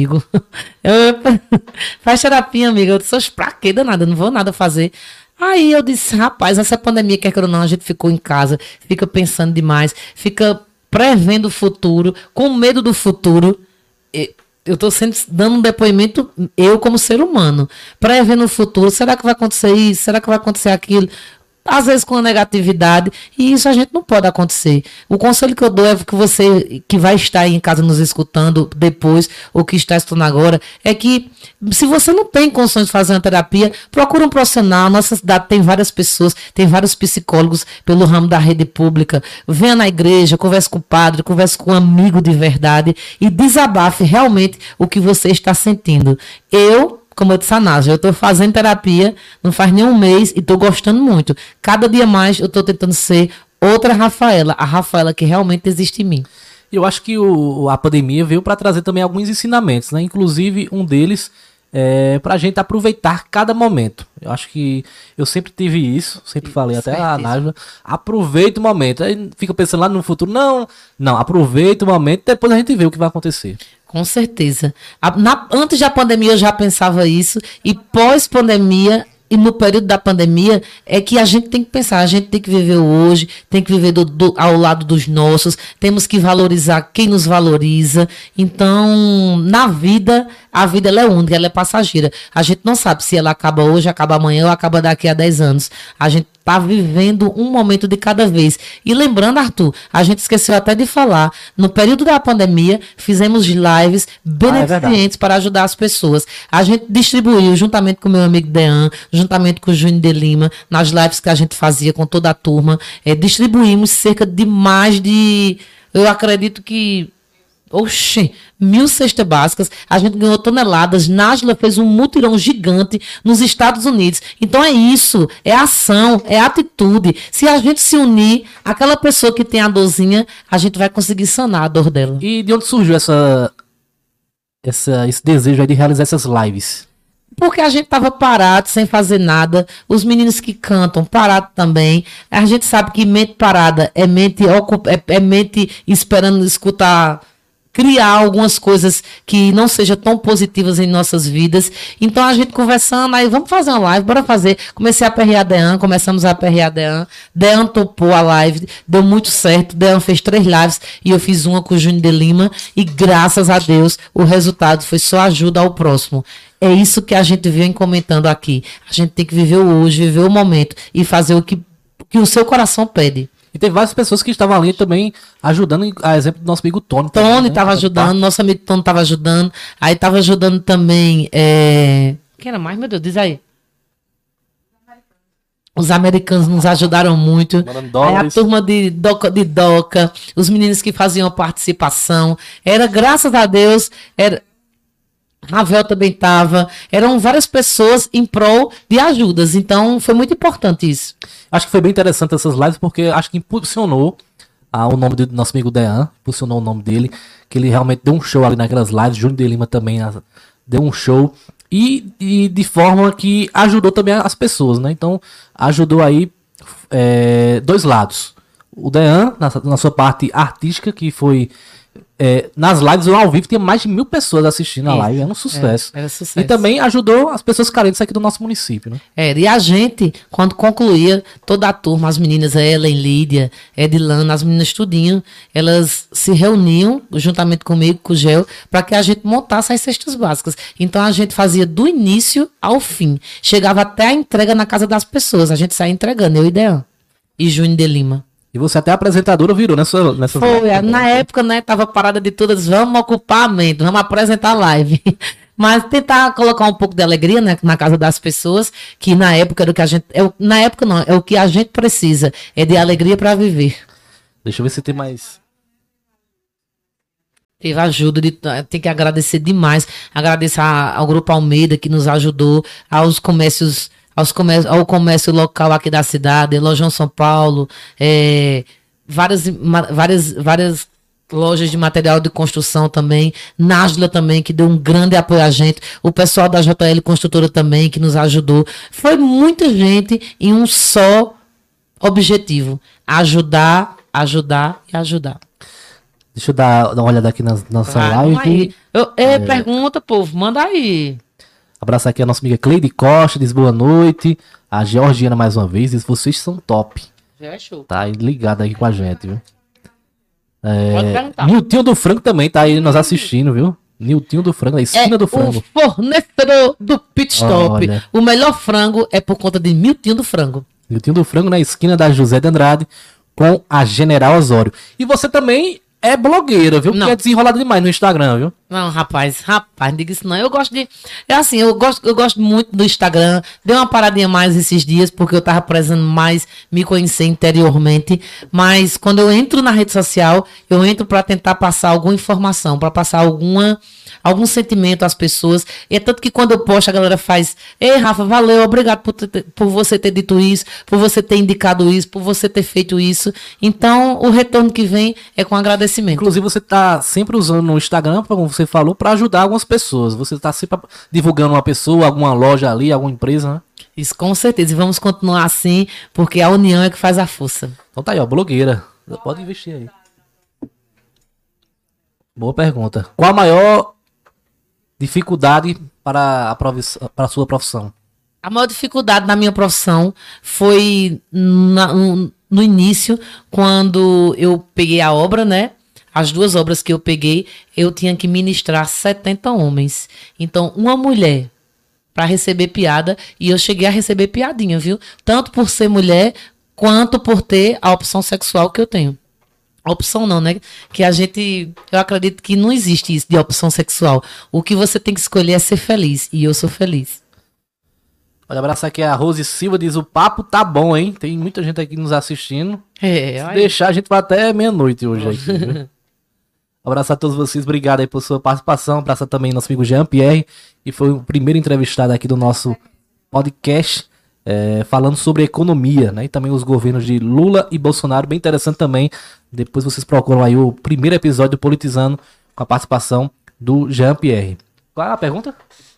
Faz terapia, amiga. Eu disse, pra quê, danada? Não vou nada fazer. Aí eu disse, rapaz, essa pandemia, quer ou não, a gente ficou em casa, fica pensando demais, fica prevendo o futuro, com medo do futuro. Eu estou dando um depoimento, eu como ser humano, prevendo o futuro. Será que vai acontecer isso? Será que vai acontecer aquilo? Às vezes com a negatividade, e isso a gente não pode acontecer. O conselho que eu dou é que você, que vai estar aí em casa nos escutando depois, ou que está estudando agora, é que se você não tem condições de fazer uma terapia, procure um profissional. Nossa cidade tem várias pessoas, tem vários psicólogos pelo ramo da rede pública. Venha na igreja, converse com o padre, converse com um amigo de verdade e desabafe realmente o que você está sentindo. Como eu disse a Nájila, eu estou fazendo terapia, não faz nem um mês e estou gostando muito. Cada dia mais eu estou tentando ser outra Rafaela, a Rafaela que realmente existe em mim. Eu acho que a pandemia veio para trazer também alguns ensinamentos, né? Inclusive um deles para a gente aproveitar cada momento. Eu acho que eu sempre tive isso, sempre falei até a Nájila, aproveita o momento. Aí fica pensando lá no futuro, não, aproveita o momento, depois a gente vê o que vai acontecer. Com certeza. Antes da pandemia eu já pensava isso, e pós-pandemia e no período da pandemia é que a gente tem que pensar, a gente tem que viver o hoje, tem que viver ao lado dos nossos, temos que valorizar quem nos valoriza. Então, na vida, a vida ela é única, ela é passageira. A gente não sabe se ela acaba hoje, acaba amanhã ou acaba daqui a 10 anos. A gente está vivendo um momento de cada vez. E lembrando, Arthur, a gente esqueceu até de falar, no período da pandemia, fizemos lives beneficentes para ajudar as pessoas. A gente distribuiu, juntamente com o meu amigo Dean, juntamente com o Júnior de Lima, nas lives que a gente fazia com toda a turma, distribuímos cerca de mais de, eu acredito que 1.000 cestas básicas, a gente ganhou toneladas. Nájila fez um mutirão gigante nos Estados Unidos. Então é isso, é ação, é atitude. Se a gente se unir, aquela pessoa que tem a dorzinha, a gente vai conseguir sanar a dor dela. E de onde surgiu esse desejo aí de realizar essas lives? Porque a gente estava parado, sem fazer nada. Os meninos que cantam, parado também. A gente sabe que mente parada é mente esperando escutar, criar algumas coisas que não sejam tão positivas em nossas vidas. Então a gente conversando, aí vamos fazer uma live, bora fazer. Comecei a aperrear Dean, começamos a aperrear Dean. Dean topou a live, deu muito certo. Dean fez 3 lives e eu fiz uma com o Júnior de Lima. E graças a Deus, o resultado foi só ajuda ao próximo. É isso que a gente vem comentando aqui. A gente tem que viver o hoje, viver o momento e fazer o que o seu coração pede. E teve várias pessoas que estavam ali também ajudando, a exemplo do nosso amigo Tony. Tony estava ajudando, nosso amigo Tony estava ajudando. Aí estava ajudando também. Quem era mais, meu Deus? Diz aí. Os americanos nos ajudaram muito. Aí a turma de Doca, os meninos que faziam participação. Era, graças a Deus, Ravel também estava. Eram várias pessoas em prol de ajudas. Então, foi muito importante isso. Acho que foi bem interessante essas lives, porque acho que impulsionou o nome do nosso amigo Dean, impulsionou o nome dele, que ele realmente deu um show ali naquelas lives. Júnior de Lima também deu um show. E de forma que ajudou também as pessoas, né? Então, ajudou aí 2 lados. O Dean, na sua parte artística, que foi nas lives ao vivo tinha mais de 1.000 pessoas assistindo a live, era um sucesso. Era sucesso. E também ajudou as pessoas carentes aqui do nosso município, né? E a gente, quando concluía, toda a turma, as meninas, Ellen, Lídia, Edilana, as meninas tudinho, elas se reuniam juntamente comigo, com o Gel, para que a gente montasse as cestas básicas. Então a gente fazia do início ao fim. Chegava até a entrega na casa das pessoas. A gente saía entregando, eu e Dean. E Júnior de Lima. E você até apresentadora virou nessa Foi, na época, né, tava parada de todas, vamos ocupar a mente, vamos apresentar a live. Mas tentar colocar um pouco de alegria, né, na casa das pessoas, que na época era o que a gente, na época não, é o que a gente precisa, é de alegria para viver. Deixa eu ver se tem mais. Teve ajuda, tem que agradecer demais, agradecer ao Grupo Almeida que nos ajudou, aos comércios, ao comércio local aqui da cidade, Lojão São Paulo, várias lojas de material de construção também, Nájila também, que deu um grande apoio a gente, o pessoal da JL Construtora também, que nos ajudou. Foi muita gente em um só objetivo, ajudar e ajudar. Deixa eu dar uma olhada aqui na nossa live. Pergunta, povo, manda aí. Abraço aqui a nossa amiga Cleide Costa, diz boa noite. A Georgiana mais uma vez, diz vocês são top. Já é show. Tá aí ligado aqui com a gente, viu? Pode perguntar. Niltinho do Frango também tá aí nos assistindo, viu? Niltinho do Frango, a esquina do frango. O fornecedor do Pit Stop. Olha. O melhor frango é por conta de Niltinho do Frango. Niltinho do Frango na esquina da José de Andrade com a General Osório. E você também é blogueira, viu? Porque é desenrolada demais no Instagram, viu? Não, rapaz, não diga isso não. Eu gosto de... eu gosto muito do Instagram. Dei uma paradinha mais esses dias, porque eu tava precisando mais me conhecer interiormente. Mas quando eu entro na rede social, eu entro para tentar passar alguma informação, para passar algum sentimento às pessoas. E é tanto que quando eu posto, a galera faz: ei, Rafa, valeu, obrigado por você ter dito isso, por você ter indicado isso, por você ter feito isso. Então, o retorno que vem é com agradecimento. Inclusive, você tá sempre usando o Instagram, como você falou, para ajudar algumas pessoas. Você tá sempre divulgando uma pessoa, alguma loja ali, alguma empresa, né? Isso, com certeza. E vamos continuar assim, porque a união é que faz a força. Então tá aí, ó, blogueira. Pode investir aí. Boa pergunta. Qual a maior dificuldade para a sua profissão? A maior dificuldade na minha profissão foi no início, quando eu peguei a obra, né? As 2 obras que eu peguei, eu tinha que ministrar 70 homens. Então, uma mulher para receber piada, e eu cheguei a receber piadinha, viu? Tanto por ser mulher, quanto por ter a opção sexual que eu tenho. A opção não, né? Eu acredito que não existe isso de opção sexual. O que você tem que escolher é ser feliz. E eu sou feliz. Olha, abraço aqui a Rose Silva, diz: o papo tá bom, hein? Tem muita gente aqui nos assistindo. Se deixar, a gente vai até meia-noite hoje aqui, viu? Abraço a todos vocês, obrigado aí por sua participação. Abraço também nosso amigo Jean Pierre, que foi o primeiro entrevistado aqui do nosso podcast. Falando sobre economia, né? E também os governos de Lula e Bolsonaro, bem interessante também. Depois vocês procuram aí o primeiro episódio do Politizando com a participação do Jean Pierre. Qual é a pergunta?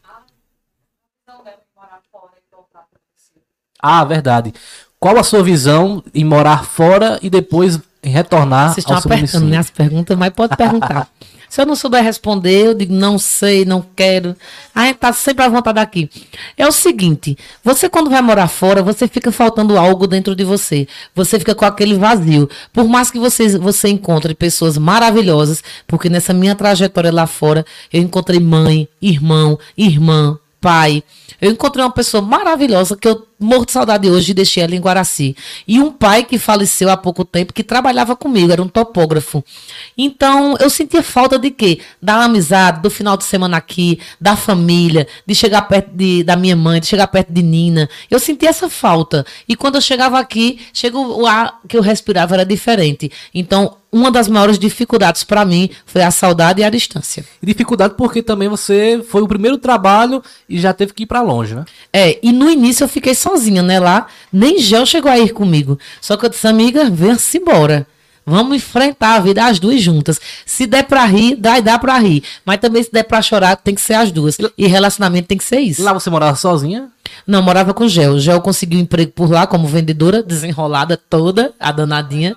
Ah, verdade. Qual a sua visão em morar fora e depois retornar Vocês estão ao seu apertando município? minhas perguntas, mas pode perguntar. Se eu não souber responder, eu digo não sei, não quero. A gente tá sempre à vontade aqui. É o seguinte, você quando vai morar fora, você fica faltando algo dentro de você. Você fica com aquele vazio. Por mais que você encontre pessoas maravilhosas, porque nessa minha trajetória lá fora, eu encontrei mãe, irmão, irmã, pai. Eu encontrei uma pessoa maravilhosa que eu morro de saudade hoje e deixei ela em Guaraci. E um pai que faleceu há pouco tempo, que trabalhava comigo, era um topógrafo. Então, eu sentia falta de quê? Da amizade, do final de semana aqui, da família, de chegar perto da minha mãe, de chegar perto de Nina. Eu sentia essa falta. E quando eu chegava aqui, o ar que eu respirava era diferente. Então, uma das maiores dificuldades para mim foi a saudade e a distância. E dificuldade porque também você foi o primeiro trabalho e já teve que ir para longe, né? E no início eu fiquei sozinha, né, lá. Nem Gel chegou a ir comigo. Só que eu disse: amiga, venha-se embora. Vamos enfrentar a vida as 2 juntas. Se der pra rir, dá pra rir. Mas também se der pra chorar, tem que ser as 2. E relacionamento tem que ser isso. Lá você morava sozinha? Não, morava com Gel. Gel conseguiu emprego por lá como vendedora, desenrolada toda, a danadinha.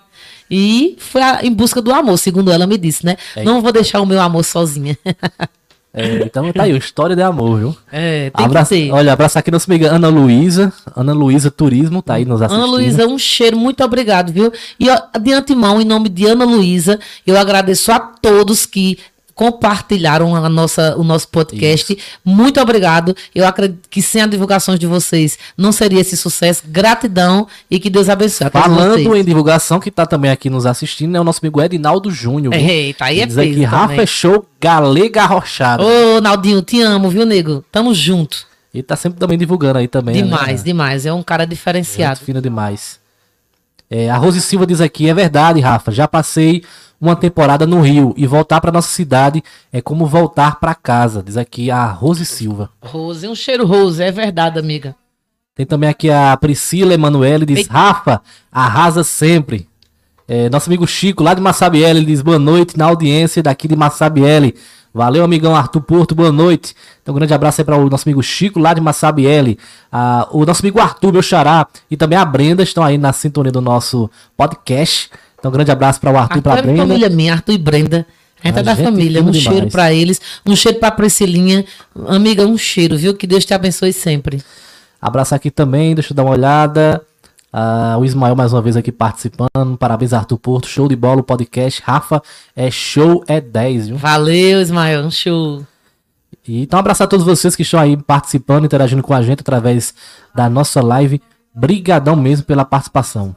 E foi em busca do amor, segundo ela me disse, né? Não vou deixar o meu amor sozinha. Então tá aí, história de amor, viu? Tem que ser. Olha, abraço aqui nossa amiga Ana Luísa Turismo, tá aí nos assistindo. Ana Luísa, um cheiro, muito obrigado, viu? E ó, de antemão, em nome de Ana Luísa, eu agradeço a todos que compartilharam o nosso podcast. Isso. Muito obrigado. Eu acredito que sem a divulgação de vocês não seria esse sucesso. Gratidão e que Deus abençoe. Falando em divulgação, que tá também aqui nos assistindo, é o nosso amigo Edinaldo Júnior. Eita, aí diz aqui, Rafa Show Galega Rochada. Ô, Naldinho, te amo, viu, nego? Tamo junto. E tá sempre também divulgando aí também. Demais, né? Demais. É um cara diferenciado. Muito fino demais. A Rose Silva diz aqui, é verdade, Rafa, já passei uma temporada no Rio e voltar para nossa cidade é como voltar para casa, diz aqui a Rose Silva. Rose, um cheiro Rose, é verdade, amiga. Tem também aqui a Priscila Emanuele, diz, Rafa, arrasa sempre. Nosso amigo Chico, lá de Massabielle, ele diz, boa noite na audiência daqui de Massabielle. Valeu, amigão Arthur Porto, boa noite. Então, um grande abraço aí para o nosso amigo Chico, lá de Massabielle. O nosso amigo Arthur, meu xará, e também a Brenda estão aí na sintonia do nosso podcast. Então, um grande abraço para o Arthur e para a Brenda. Família minha, Arthur e Brenda. A gente é da família. Um cheiro para eles, um cheiro para a Priscilinha. Amiga, um cheiro, viu? Que Deus te abençoe sempre. Abraço aqui também, deixa eu dar uma olhada. O Ismael mais uma vez aqui participando. Parabéns, Arthur Porto. Show de bola o podcast. Rafa, show 10, viu? Valeu, Ismael. Um show. Então, abraço a todos vocês que estão aí participando, interagindo com a gente através da nossa live. Brigadão mesmo pela participação.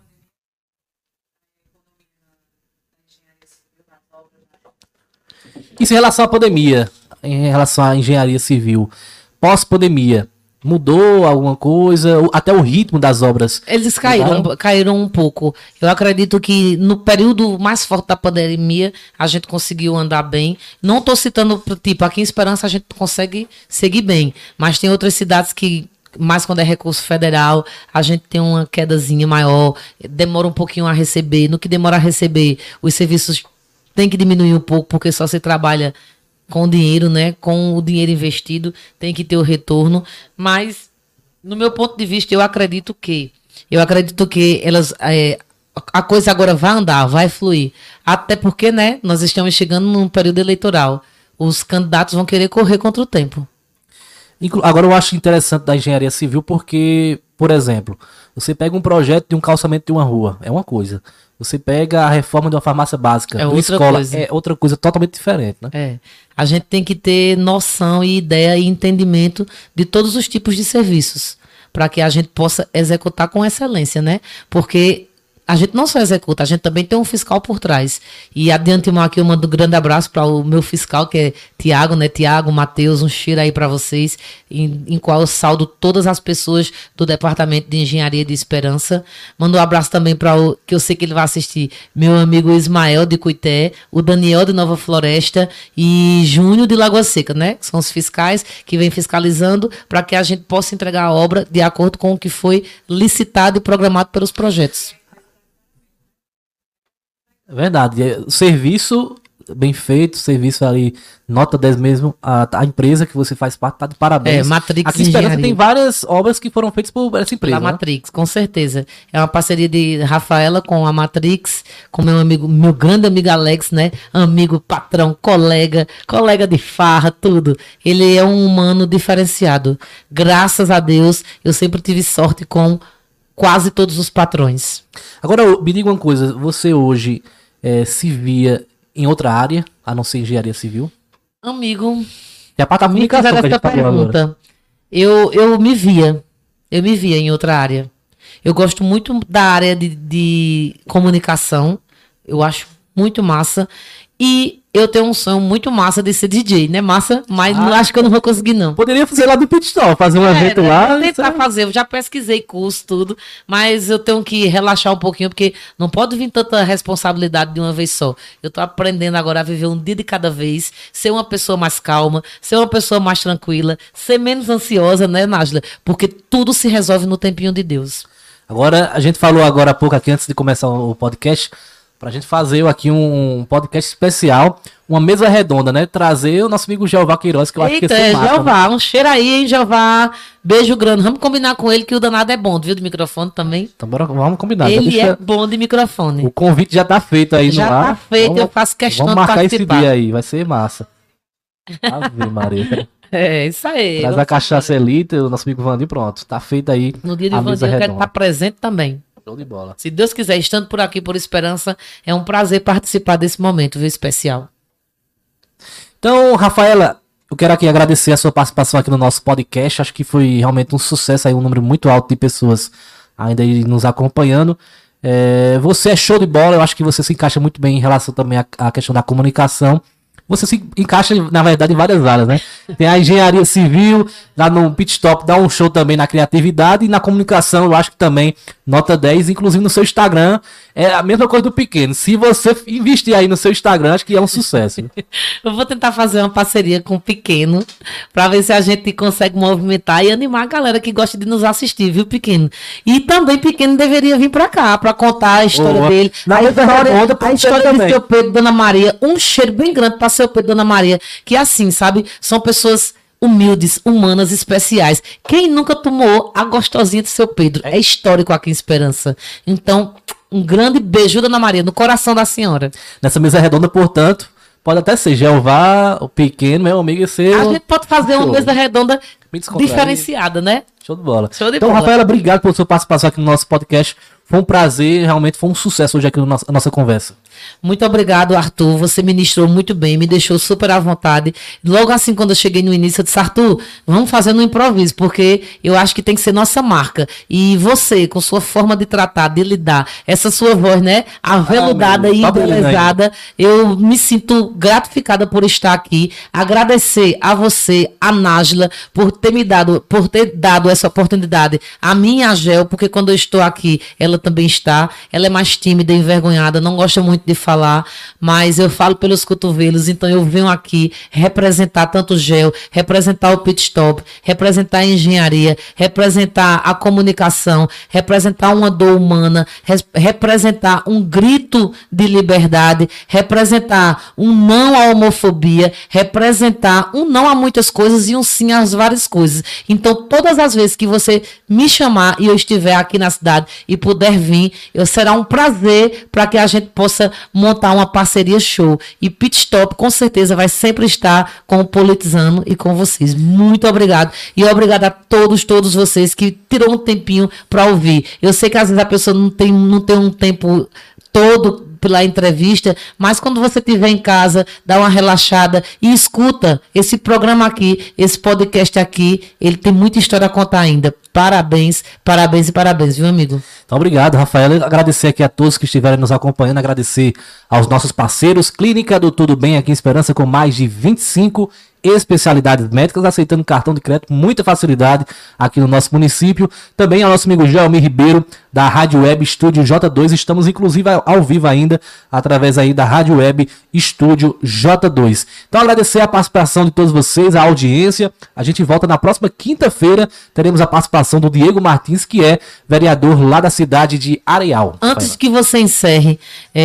Isso em relação à pandemia, em relação à engenharia civil, pós-pandemia, mudou alguma coisa? Até o ritmo das obras? Eles caíram um pouco. Eu acredito que no período mais forte da pandemia, a gente conseguiu andar bem. Não estou citando, tipo, aqui em Esperança a gente consegue seguir bem, mas tem outras cidades que, mais quando é recurso federal, a gente tem uma quedazinha maior, demora um pouquinho a receber. No que demora a receber, os serviços tem que diminuir um pouco, porque só se trabalha com dinheiro, né? Com o dinheiro investido, tem que ter o retorno. Mas, no meu ponto de vista, eu acredito que elas, a coisa agora vai andar, vai fluir. Até porque, né? Nós estamos chegando num período eleitoral. Os candidatos vão querer correr contra o tempo. Agora, eu acho interessante da engenharia civil porque, por exemplo, você pega um projeto de um calçamento de uma rua, é uma coisa. Você pega a reforma de uma farmácia básica, de uma escola, é outra coisa totalmente diferente, né? A gente tem que ter noção e ideia e entendimento de todos os tipos de serviços, para que a gente possa executar com excelência, né? Porque a gente não só executa, a gente também tem um fiscal por trás. E de antemão aqui eu mando um grande abraço para o meu fiscal, que é Tiago, né? Tiago, Matheus, um cheiro aí para vocês, em qual eu saldo todas as pessoas do Departamento de Engenharia de Esperança. Mando um abraço também para o, que eu sei que ele vai assistir, meu amigo Ismael de Cuité, o Daniel de Nova Floresta e Júnior de Lagoa Seca, né? Que são os fiscais que vêm fiscalizando para que a gente possa entregar a obra de acordo com o que foi licitado e programado pelos projetos. Verdade, o serviço bem feito, serviço ali, nota 10 mesmo, a empresa que você faz parte tá de parabéns. Matrix Aqui em Esperança tem várias obras que foram feitas por essa empresa. A Matrix, com certeza. É uma parceria de Rafaela com a Matrix, com meu amigo, meu grande amigo Alex, né? Amigo, patrão, colega de farra, tudo. Ele é um humano diferenciado. Graças a Deus, eu sempre tive sorte com quase todos os patrões. Agora, me diga uma coisa, você hoje se via em outra área, a não ser engenharia civil? Amigo, a parte da comunicação que a gente pergunta, eu me via em outra área. Eu gosto muito da área de comunicação, eu acho muito massa, e eu tenho um sonho muito massa de ser DJ, né, massa? Mas não acho que eu não vou conseguir, não. Poderia fazer lá do Pit Stop, fazer um evento lá. Tentar fazer, eu já pesquisei curso, tudo, mas eu tenho que relaxar um pouquinho, porque não pode vir tanta responsabilidade de uma vez só. Eu tô aprendendo agora a viver um dia de cada vez, ser uma pessoa mais calma, ser uma pessoa mais tranquila, ser menos ansiosa, né, Nájila? Porque tudo se resolve no tempinho de Deus. Agora, a gente falou agora há pouco aqui, antes de começar o podcast, pra gente fazer aqui um podcast especial, uma mesa redonda, né? Trazer o nosso amigo Jeová Queiroz, que eu acho que Eita, esse mata, Jeová, né? um cheiro aí, hein, Jeová. Beijo grande. Vamos combinar com ele que o danado é bom, viu, do microfone também. Então bora, vamos combinar. Já Ele deixa- é bom de microfone. O convite já tá feito aí Já no ar. tá feito, eu faço questão Vamos de marcar esse participar. dia aí, vai ser massa. Ave Maria. É, isso aí. Traz a cachaça elite, o nosso amigo Vandir, pronto. Tá feito aí No dia de a Vandinho mesa eu quero redonda. estar presente também. Show de bola. Se Deus quiser, estando por aqui por Esperança, é um prazer participar desse momento, viu, especial. Então, Rafaela, eu quero aqui agradecer a sua participação aqui no nosso podcast. Acho que foi realmente um sucesso aí, um número muito alto de pessoas ainda aí nos acompanhando. Você é show de bola, eu acho que você se encaixa muito bem em relação também à questão da comunicação. Você se encaixa, na verdade, em várias áreas, né? Tem a engenharia civil, lá no Pit Stop dá um show também na criatividade e na comunicação, eu acho que também nota 10, inclusive no seu Instagram, é a mesma coisa do pequeno. Se você investir aí no seu Instagram, acho que é um sucesso. Né? Eu vou tentar fazer uma parceria com o Pequeno, pra ver se a gente consegue movimentar e animar a galera que gosta de nos assistir, viu, Pequeno? E também Pequeno deveria vir pra cá, pra contar a história Boa. dele. Na A mesa história, redonda, a pode ser história de também. seu Pedro e Dona Maria. Um cheiro bem grande pra seu Pedro e Dona Maria, que assim, sabe, são pessoas humildes, humanas, especiais. Quem nunca tomou a gostosinha de seu Pedro? É histórico aqui em Esperança. Então, um grande beijo, Dona Maria, no coração da senhora. Nessa mesa redonda, portanto, pode até ser Jeová, o pequeno, meu amigo, e ser A gente pode fazer uma show. mesa redonda Me descontrair. diferenciada, né? Show de bola. Show de Então, bola. Rafaela, obrigado pela sua participação aqui no nosso podcast. Foi um prazer, realmente foi um sucesso hoje aqui na nossa conversa. Muito obrigado, Arthur. Você ministrou muito bem, me deixou super à vontade. Logo assim, quando eu cheguei no início, eu disse, Arthur, vamos fazer no improviso, porque eu acho que tem que ser nossa marca. E você, com sua forma de tratar, de lidar, essa sua voz, né, aveludada meu, e tá brilhando aí. embelezada, eu me sinto gratificada por estar aqui. Agradecer a você, a Nájila, por ter dado essa oportunidade a mim e a Gel, porque quando eu estou aqui, ela também está. Ela é mais tímida, envergonhada, não gosta muito de falar, mas eu falo pelos cotovelos, então eu venho aqui representar tanto o Gel, representar o Pit Stop, representar a engenharia, representar a comunicação, representar uma dor humana, representar um grito de liberdade, representar um não à homofobia, representar um não a muitas coisas e um sim às várias coisas. Então, todas as vezes que você me chamar e eu estiver aqui na cidade e puder vir, será um prazer para que a gente possa montar uma parceria show. E Pit Stop, com certeza, vai sempre estar com o Politizando e com vocês. Muito obrigado. E obrigado a todos vocês que tirou um tempinho para ouvir. Eu sei que às vezes a pessoa não tem um tempo todo pela entrevista, mas quando você estiver em casa, dá uma relaxada e escuta esse programa aqui, esse podcast aqui, ele tem muita história a contar ainda. Parabéns, parabéns e parabéns, viu, amigo? Então, obrigado, Rafaela. Agradecer aqui a todos que estiveram nos acompanhando, agradecer aos nossos parceiros, Clínica do Tudo Bem aqui em Esperança, com mais de 25 especialidades médicas, aceitando cartão de crédito com muita facilidade aqui no nosso município. Também ao nosso amigo Gelmir Ribeiro, da Rádio Web Estúdio J2. Estamos, inclusive, ao vivo ainda, através aí da Rádio Web Estúdio J2. Então, agradecer a participação de todos vocês, a audiência. A gente volta na próxima quinta-feira. Teremos a participação do Diego Martins, que é vereador lá da cidade de Areal. Antes que você encerre,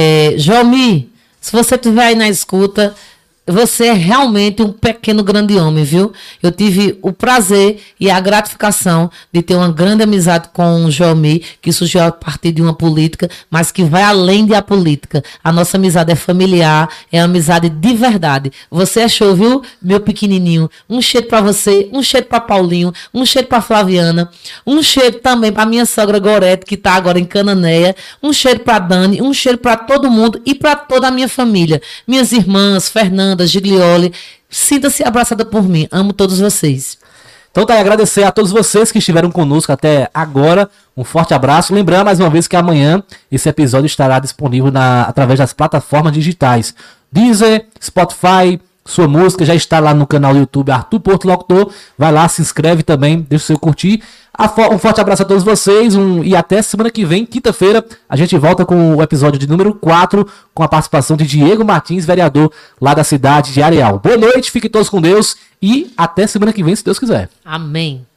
Gelmir, se você estiver aí na escuta, você é realmente um pequeno grande homem, viu? Eu tive o prazer e a gratificação de ter uma grande amizade com o Gelmir, que surgiu a partir de uma política, mas que vai além da política. A nossa amizade é familiar, é uma amizade de verdade. Você é show, viu, meu pequenininho? Um cheiro pra você, um cheiro pra Paulinho, um cheiro pra Flaviana, um cheiro também pra minha sogra Gorete, que tá agora em Cananéia, um cheiro pra Dani, um cheiro pra todo mundo e pra toda a minha família. Minhas irmãs, Fernanda, Giglioli, sinta-se abraçada por mim. Amo todos vocês. Então tá aí, agradecer a todos vocês que estiveram conosco até agora. Um forte abraço. Lembrando mais uma vez que amanhã esse episódio estará disponível através das plataformas digitais Deezer, Spotify. Sua música já está lá no canal do YouTube Arthur Porto Locutor. Vai lá, se inscreve também, deixa o seu curtir. Um forte abraço a todos vocês e até semana que vem, quinta-feira, a gente volta com o episódio de número 4, com a participação de Diego Martins, vereador lá da cidade de Areal. Boa noite, fiquem todos com Deus e até semana que vem, se Deus quiser. Amém.